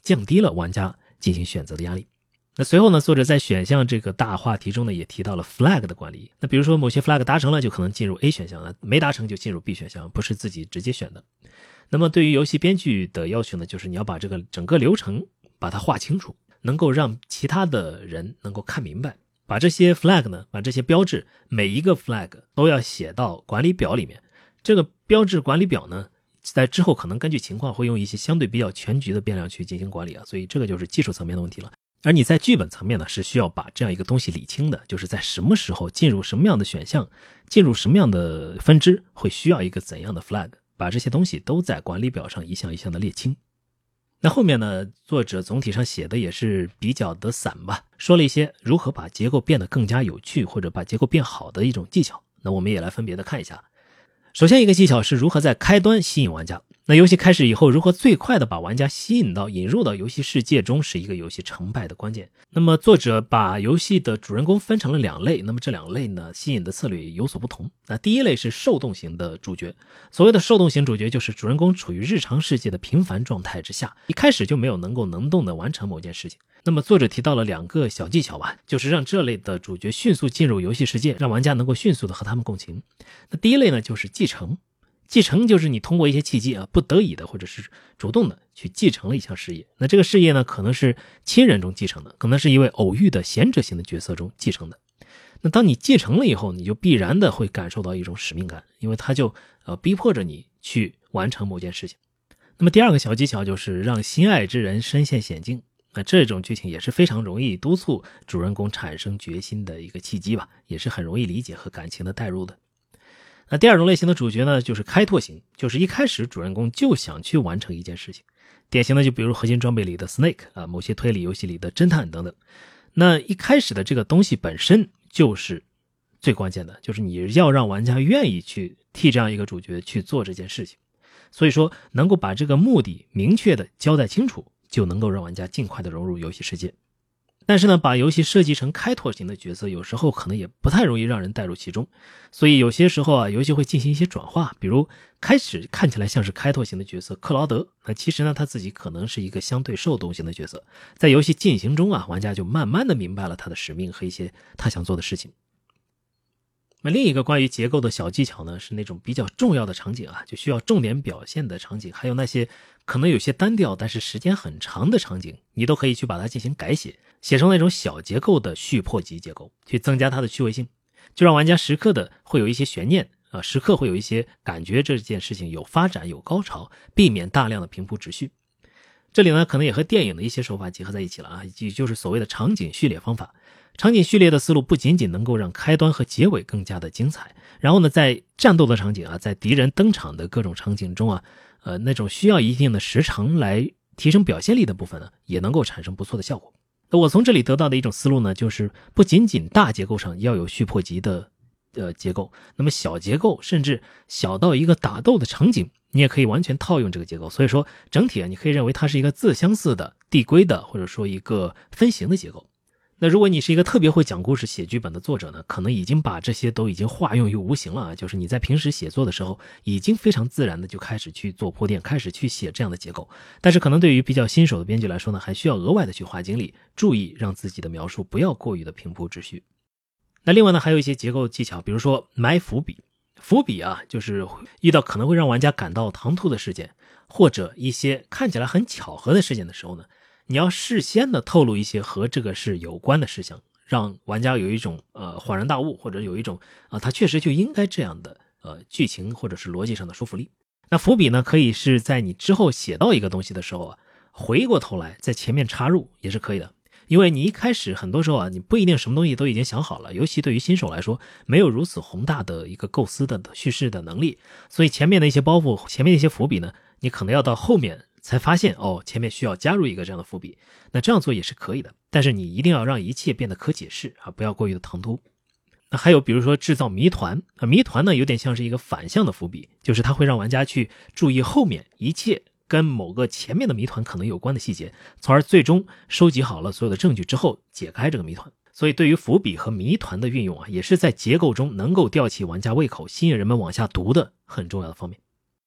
降低了玩家进行选择的压力。那随后呢，作者在选项这个大话题中呢，也提到了 flag 的管理。那比如说某些 flag 达成了，就可能进入 A 选项，没达成就进入 B 选项，不是自己直接选的。那么对于游戏编剧的要求呢，就是你要把这个整个流程把它画清楚，能够让其他的人能够看明白，把这些 flag 呢，把这些标志每一个 flag 都要写到管理表里面。这个标志管理表呢，在之后可能根据情况会用一些相对比较全局的变量去进行管理啊，所以这个就是技术层面的问题了。而你在剧本层面呢，是需要把这样一个东西理清的，就是在什么时候进入什么样的选项，进入什么样的分支，会需要一个怎样的 flag， 把这些东西都在管理表上一项一项的列清。那后面呢，作者总体上写的也是比较的散吧，说了一些如何把结构变得更加有趣，或者把结构变好的一种技巧。那我们也来分别的看一下。首先一个技巧是如何在开端吸引玩家。那游戏开始以后，如何最快的把玩家吸引到引入到游戏世界中，是一个游戏成败的关键。那么作者把游戏的主人公分成了2类，那么这2类呢，吸引的策略有所不同。那第一类是受动型的主角，所谓的受动型主角就是主人公处于日常世界的平凡状态之下，一开始就没有能动的完成某件事情。那么作者提到了2个小技巧吧，就是让这类的主角迅速进入游戏世界，让玩家能够迅速的和他们共情。那第一类呢，就是继承。继承就是你通过一些契机啊，不得已的或者是主动的去继承了一项事业。那这个事业呢，可能是亲人中继承的，可能是一位偶遇的贤者型的角色中继承的。那当你继承了以后，你就必然的会感受到一种使命感，因为它就逼迫着你去完成某件事情。那么第2个小技巧就是让心爱之人身陷险境。那这种剧情也是非常容易督促主人公产生决心的一个契机吧，也是很容易理解和感情的带入的。那第2种类型的主角呢，就是开拓型，就是一开始主人公就想去完成一件事情。典型的就比如核心装备里的 Snake 啊，某些推理游戏里的侦探等等。那一开始的这个东西本身就是最关键的，就是你要让玩家愿意去替这样一个主角去做这件事情。所以说能够把这个目的明确的交代清楚，就能够让玩家尽快的融入游戏世界。但是呢，把游戏设计成开拓型的角色，有时候可能也不太容易让人带入其中。所以有些时候啊，游戏会进行一些转化，比如开始看起来像是开拓型的角色克劳德，那其实呢，他自己可能是一个相对受动型的角色。在游戏进行中啊，玩家就慢慢的明白了他的使命和一些他想做的事情。那另一个关于结构的小技巧呢，是那种比较重要的场景啊，就需要重点表现的场景，还有那些可能有些单调但是时间很长的场景，你都可以去把它进行改写，写成那种小结构的续破级结构，去增加它的趣味性，就让玩家时刻的会有一些悬念啊，时刻会有一些感觉这件事情有发展有高潮，避免大量的平铺直叙。这里呢，可能也和电影的一些手法结合在一起了啊，也就是所谓的场景序列方法。场景序列的思路不仅仅能够让开端和结尾更加的精彩，然后呢，在战斗的场景啊，在敌人登场的各种场景中啊，那种需要一定的时长来提升表现力的部分呢，也能够产生不错的效果。那我从这里得到的一种思路呢，就是不仅仅大结构上要有续破级的结构，那么小结构甚至小到一个打斗的场景，你也可以完全套用这个结构。所以说整体啊，你可以认为它是一个自相似的递归的，或者说一个分形的结构。那如果你是一个特别会讲故事写剧本的作者呢，可能已经把这些都已经化用于无形了啊，就是你在平时写作的时候已经非常自然的就开始去做铺垫，开始去写这样的结构。但是可能对于比较新手的编剧来说呢，还需要额外的去花精力，注意让自己的描述不要过于的平铺直叙。那另外呢，还有一些结构技巧，比如说埋伏笔。伏笔啊，就是遇到可能会让玩家感到唐突的事件，或者一些看起来很巧合的事件的时候呢，你要事先的透露一些和这个事有关的事项，让玩家有一种恍然大悟，或者有一种他确实就应该这样的剧情或者是逻辑上的说服力。那伏笔呢，可以是在你之后写到一个东西的时候啊，回过头来在前面插入也是可以的。因为你一开始很多时候啊，你不一定什么东西都已经想好了，尤其对于新手来说，没有如此宏大的一个构思的叙事的能力，所以前面的一些包袱，前面的一些伏笔呢，你可能要到后面才发现前面需要加入一个这样的伏笔。那这样做也是可以的，但是你一定要让一切变得可解释啊，不要过于的唐突。那还有比如说制造谜团谜团呢有点像是一个反向的伏笔，就是它会让玩家去注意后面一切跟某个前面的谜团可能有关的细节，从而最终收集好了所有的证据之后解开这个谜团。所以对于伏笔和谜团的运用啊，也是在结构中能够吊起玩家胃口，吸引人们往下读的很重要的方面。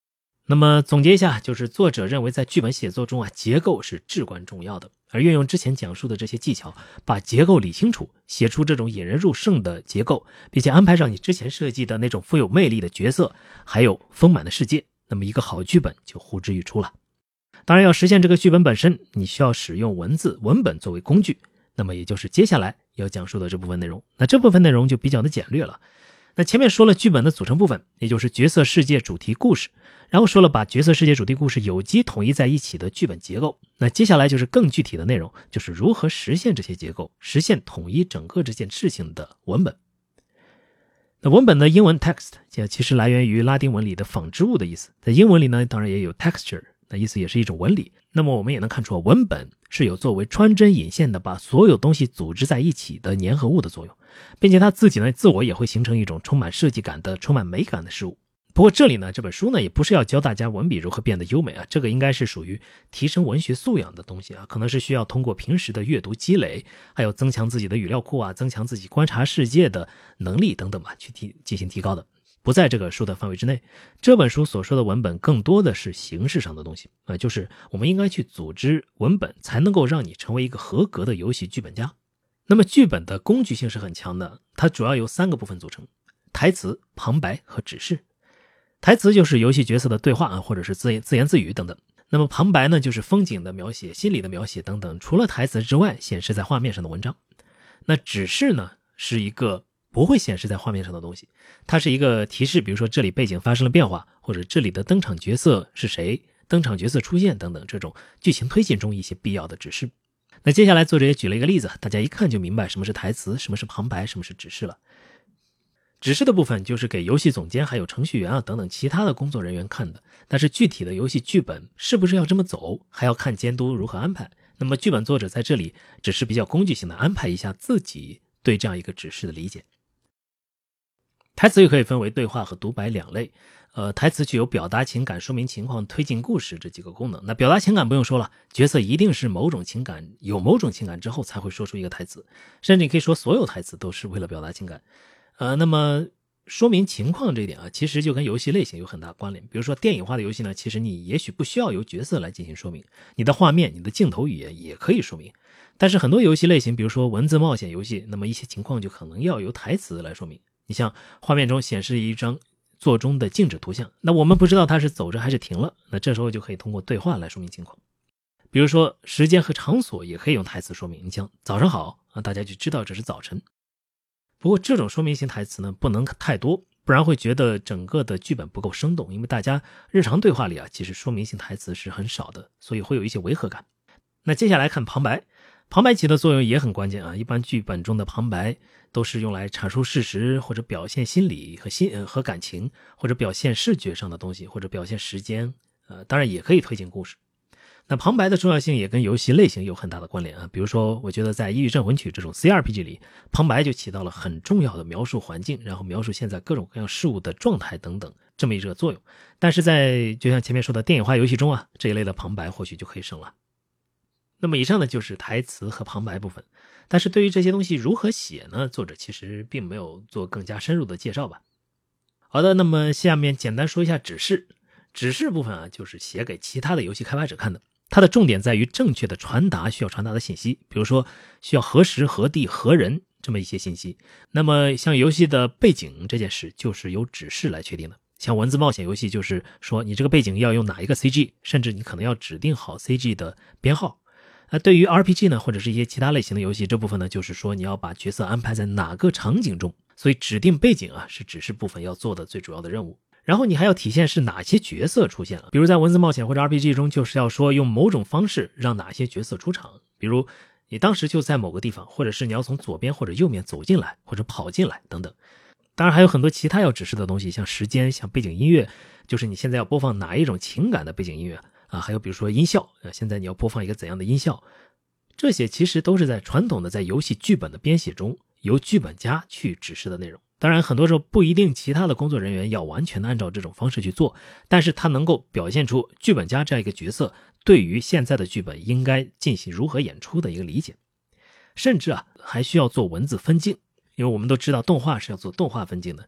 那么总结一下，就是作者认为在剧本写作中结构是至关重要的，而运用之前讲述的这些技巧，把结构理清楚，写出这种引人入胜的结构，并且安排上你之前设计的那种富有魅力的角色，还有丰满的世界，那么一个好剧本就呼之欲出了。当然要实现这个剧本本身，你需要使用文本作为工具，那么也就是接下来要讲述的这部分内容。那这部分内容就比较的简略了。那前面说了剧本的组成部分，也就是角色世界主题故事，然后说了把角色世界主题故事有机统一在一起的剧本结构。那接下来就是更具体的内容，就是如何实现这些结构，实现统一整个这件事情的文本。那文本的英文 text 其实来源于拉丁文里的纺织物的意思，在英文里呢当然也有 texture， 那意思也是一种纹理。那么我们也能看出文本是有作为穿针引线的把所有东西组织在一起的粘合物的作用，并且它自己呢自我也会形成一种充满设计感的充满美感的事物。不过这里呢这本书呢也不是要教大家文笔如何变得优美这个应该是属于提升文学素养的东西可能是需要通过平时的阅读积累，还有增强自己的语料库增强自己观察世界的能力等等去进行提高的，不在这个书的范围之内。这本书所说的文本更多的是形式上的东西就是我们应该去组织文本，才能够让你成为一个合格的游戏剧本家。那么剧本的工具性是很强的，它主要由3个部分组成：台词、旁白和指示。台词就是游戏角色的对话或者是自言自语等等。那么旁白呢，就是风景的描写、心理的描写等等，除了台词之外显示在画面上的文章。那指示呢，是一个不会显示在画面上的东西，它是一个提示，比如说这里背景发生了变化，或者这里的登场角色是谁，登场角色出现等等，这种剧情推进中一些必要的指示。那接下来作者也举了一个例子，大家一看就明白什么是台词，什么是旁白，什么是指示了。指示的部分就是给游戏总监还有程序员等等其他的工作人员看的，但是具体的游戏剧本是不是要这么走，还要看监督如何安排。那么剧本作者在这里只是比较工具性的安排一下自己对这样一个指示的理解。台词也可以分为对话和独白2类，台词具有表达情感、说明情况、推进故事这几个功能。那表达情感不用说了，角色一定是有某种情感之后才会说出一个台词，甚至你可以说所有台词都是为了表达情感。那么说明情况这一点其实就跟游戏类型有很大关联。比如说电影化的游戏呢，其实你也许不需要由角色来进行说明，你的画面、你的镜头语言也可以说明。但是很多游戏类型，比如说文字冒险游戏，那么一些情况就可能要由台词来说明。你像画面中显示一张座中的静止图像，那我们不知道它是走着还是停了，那这时候就可以通过对话来说明情况。比如说时间和场所也可以用台词说明，你像早上好大家就知道这是早晨。不过这种说明型台词呢不能太多，不然会觉得整个的剧本不够生动，因为大家日常对话里其实说明型台词是很少的，所以会有一些违和感。那接下来看旁白，旁白起的作用也很关键一般剧本中的旁白都是用来阐述事实，或者表现心理和感情，或者表现视觉上的东西，或者表现时间，当然也可以推进故事。那旁白的重要性也跟游戏类型有很大的关联比如说我觉得在《异域镇魂曲》这种 CRPG 里，旁白就起到了很重要的描述环境，然后描述现在各种各样事物的状态等等这么一个作用。但是就像前面说的电影化游戏中这一类的旁白或许就可以省了。那么以上呢就是台词和旁白部分，但是对于这些东西如何写呢，作者其实并没有做更加深入的介绍吧。好的，那么下面简单说一下指示。指示部分就是写给其他的游戏开发者看的，它的重点在于正确的传达需要传达的信息，比如说需要何时何地何人这么一些信息。那么像游戏的背景这件事就是由指示来确定的，像文字冒险游戏就是说你这个背景要用哪一个 CG， 甚至你可能要指定好 CG 的编号。对于 RPG 呢，或者是一些其他类型的游戏，这部分呢就是说你要把角色安排在哪个场景中，所以指定背景是指示部分要做的最主要的任务。然后你还要体现是哪些角色出现了，比如在文字冒险或者 RPG 中就是要说用某种方式让哪些角色出场，比如你当时就在某个地方，或者是你要从左边或者右面走进来或者跑进来等等。当然还有很多其他要指示的东西，像时间，像背景音乐，就是你现在要播放哪一种情感的背景音乐还有比如说音效，现在你要播放一个怎样的音效，这些其实都是在传统的在游戏剧本的编写中由剧本家去指示的内容。当然很多时候不一定其他的工作人员要完全的按照这种方式去做，但是它能够表现出剧本家这样一个角色对于现在的剧本应该进行如何演出的一个理解。甚至还需要做文字分镜，因为我们都知道动画是要做动画分镜的。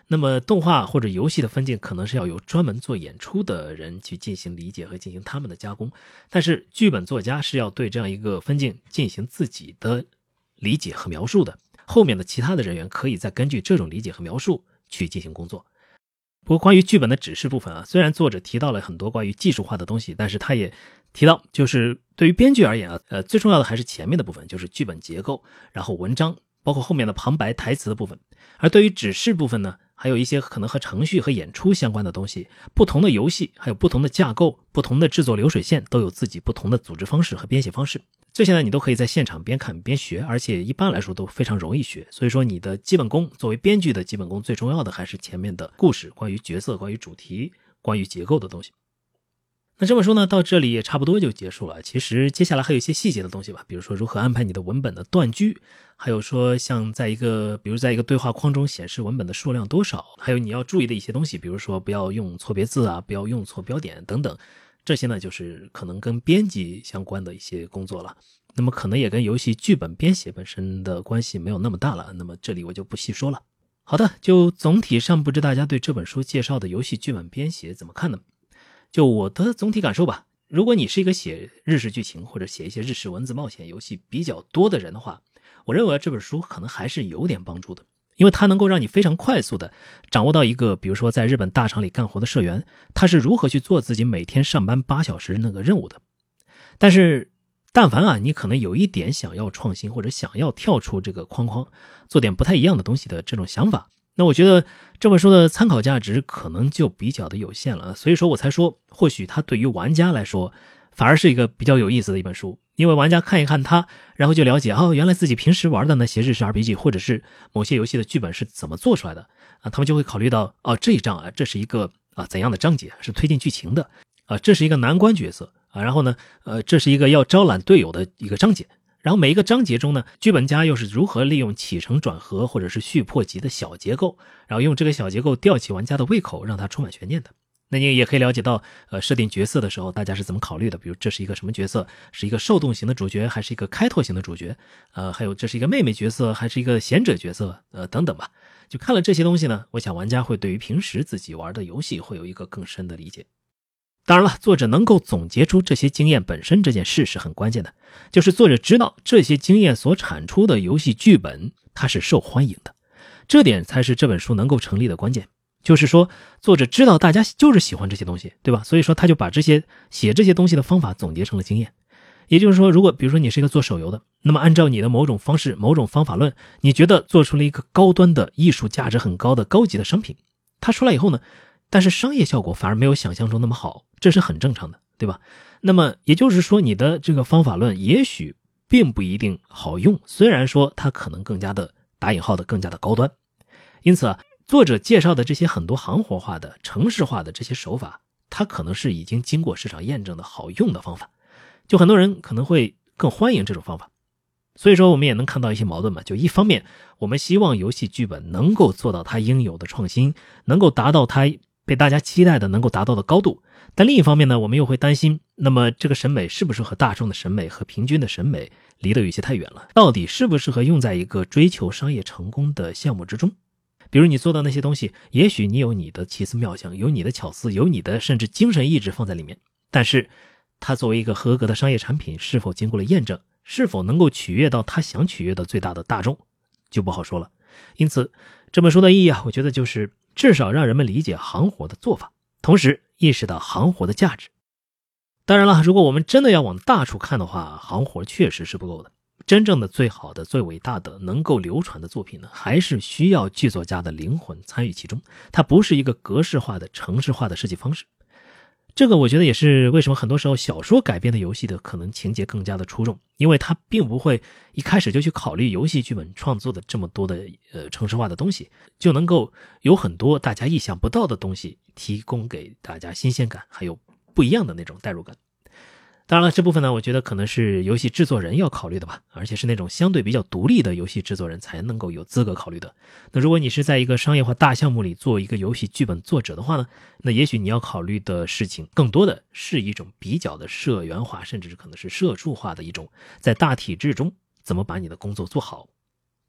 那么动画或者游戏的分镜可能是要有专门做演出的人去进行理解和进行他们的加工，但是剧本作家是要对这样一个分镜进行自己的理解和描述的，后面的其他的人员可以再根据这种理解和描述去进行工作。不过关于剧本的指示部分啊，虽然作者提到了很多关于技术化的东西，但是他也提到就是对于编剧而言啊，最重要的还是前面的部分，就是剧本结构，然后文章，包括后面的旁白台词的部分。而对于指示部分呢，还有一些可能和程序和演出相关的东西，不同的游戏还有不同的架构，不同的制作流水线都有自己不同的组织方式和编写方式，这些呢你都可以在现场边看边学，而且一般来说都非常容易学。所以说你的基本功，作为编剧的基本功，最重要的还是前面的故事，关于角色，关于主题，关于结构的东西。那这么说呢，到这里也差不多就结束了。其实接下来还有一些细节的东西吧，比如说如何安排你的文本的断句，还有说像比如在一个对话框中显示文本的数量多少，还有你要注意的一些东西，比如说不要用错别字啊，不要用错标点等等。这些呢就是可能跟编辑相关的一些工作了，那么可能也跟游戏剧本编写本身的关系没有那么大了，那么这里我就不细说了。好的，就总体上不知大家对这本书介绍的游戏剧本编写怎么看呢？就我的总体感受吧，如果你是一个写日式剧情或者写一些日式文字冒险游戏比较多的人的话，我认为这本书可能还是有点帮助的，因为它能够让你非常快速的掌握到一个比如说在日本大厂里干活的社员，他是如何去做自己每天上班8小时那个任务的。但是但凡啊你可能有一点想要创新或者想要跳出这个框框做点不太一样的东西的这种想法，那我觉得这本书的参考价值可能就比较的有限了，所以说我才说或许它对于玩家来说反而是一个比较有意思的一本书，因为玩家看一看它，然后就了解原来自己平时玩的那些日式 RPG 或者是某些游戏的剧本是怎么做出来的啊，他们就会考虑到这一章啊，这是一个怎样的章节是推进剧情的啊，这是一个难关角色啊，然后呢这是一个要招揽队友的一个章节。然后每一个章节中呢，剧本家又是如何利用起承转合或者是续破集的小结构，然后用这个小结构吊起玩家的胃口，让他充满悬念的。那你也可以了解到设定角色的时候大家是怎么考虑的，比如这是一个什么角色，是一个受动型的主角还是一个开拓型的主角，还有这是一个妹妹角色还是一个贤者角色等等吧。就看了这些东西呢，我想玩家会对于平时自己玩的游戏会有一个更深的理解。当然了，作者能够总结出这些经验本身这件事是很关键的，就是作者知道这些经验所产出的游戏剧本它是受欢迎的，这点才是这本书能够成立的关键。就是说作者知道大家就是喜欢这些东西，对吧？所以说他就把写这些东西的方法总结成了经验。也就是说，如果比如说你是一个做手游的，那么按照你的某种方式某种方法论，你觉得做出了一个高端的艺术价值很高的高级的商品，它出来以后呢，但是商业效果反而没有想象中那么好，这是很正常的，对吧？那么也就是说你的这个方法论也许并不一定好用，虽然说它可能更加的打引号的更加的高端。因此作者介绍的这些很多行活化的程式化的这些手法，它可能是已经经过市场验证的好用的方法，就很多人可能会更欢迎这种方法。所以说我们也能看到一些矛盾嘛，就一方面我们希望游戏剧本能够做到它应有的创新，能够达到它被大家期待的能够达到的高度，但另一方面呢，我们又会担心，那么这个审美是不是和大众的审美和平均的审美离得有些太远了，到底适不适合用在一个追求商业成功的项目之中。比如你做的那些东西，也许你有你的奇思妙想，有你的巧思，有你的甚至精神意志放在里面，但是它作为一个合格的商业产品，是否经过了验证，是否能够取悦到他想取悦的最大的大众，就不好说了。因此这本书的意义我觉得就是至少让人们理解行活的做法，同时意识到行活的价值。当然了，如果我们真的要往大处看的话，行活确实是不够的。真正的最好的最伟大的能够流传的作品呢，还是需要剧作家的灵魂参与其中，它不是一个格式化的程式化的设计方式。这个我觉得也是为什么很多时候小说改编的游戏的可能情节更加的出众，因为它并不会一开始就去考虑游戏剧本创作的这么多的程式化的东西，就能够有很多大家意想不到的东西提供给大家新鲜感，还有不一样的那种代入感。当然了，这部分呢，我觉得可能是游戏制作人要考虑的吧，而且是那种相对比较独立的游戏制作人才能够有资格考虑的。那如果你是在一个商业化大项目里做一个游戏剧本作者的话呢，那也许你要考虑的事情更多的是一种比较的社员化，甚至可能是社畜化的一种，在大体制中怎么把你的工作做好。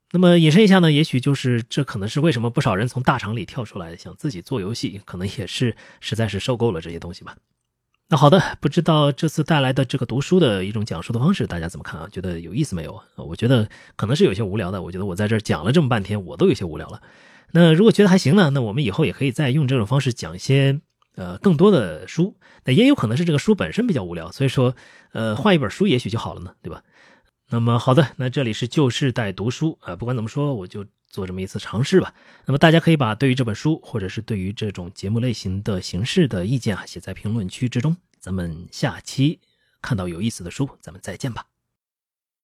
那么引申一下呢，也许就是这可能是为什么不少人从大厂里跳出来想自己做游戏，可能也是实在是受够了这些东西吧。那好的，不知道这次带来的这个读书的一种讲述的方式大家怎么看啊？觉得有意思没有？我觉得可能是有些无聊的，我觉得我在这儿讲了这么半天我都有些无聊了。那如果觉得还行呢，那我们以后也可以再用这种方式讲一些更多的书。那也有可能是这个书本身比较无聊，所以说换一本书也许就好了呢，对吧？那么好的，那这里是旧世代读书不管怎么说我就做这么一次尝试吧。那么大家可以把对于这本书或者是对于这种节目类型的形式的意见写在评论区之中，咱们下期看到有意思的书咱们再见吧。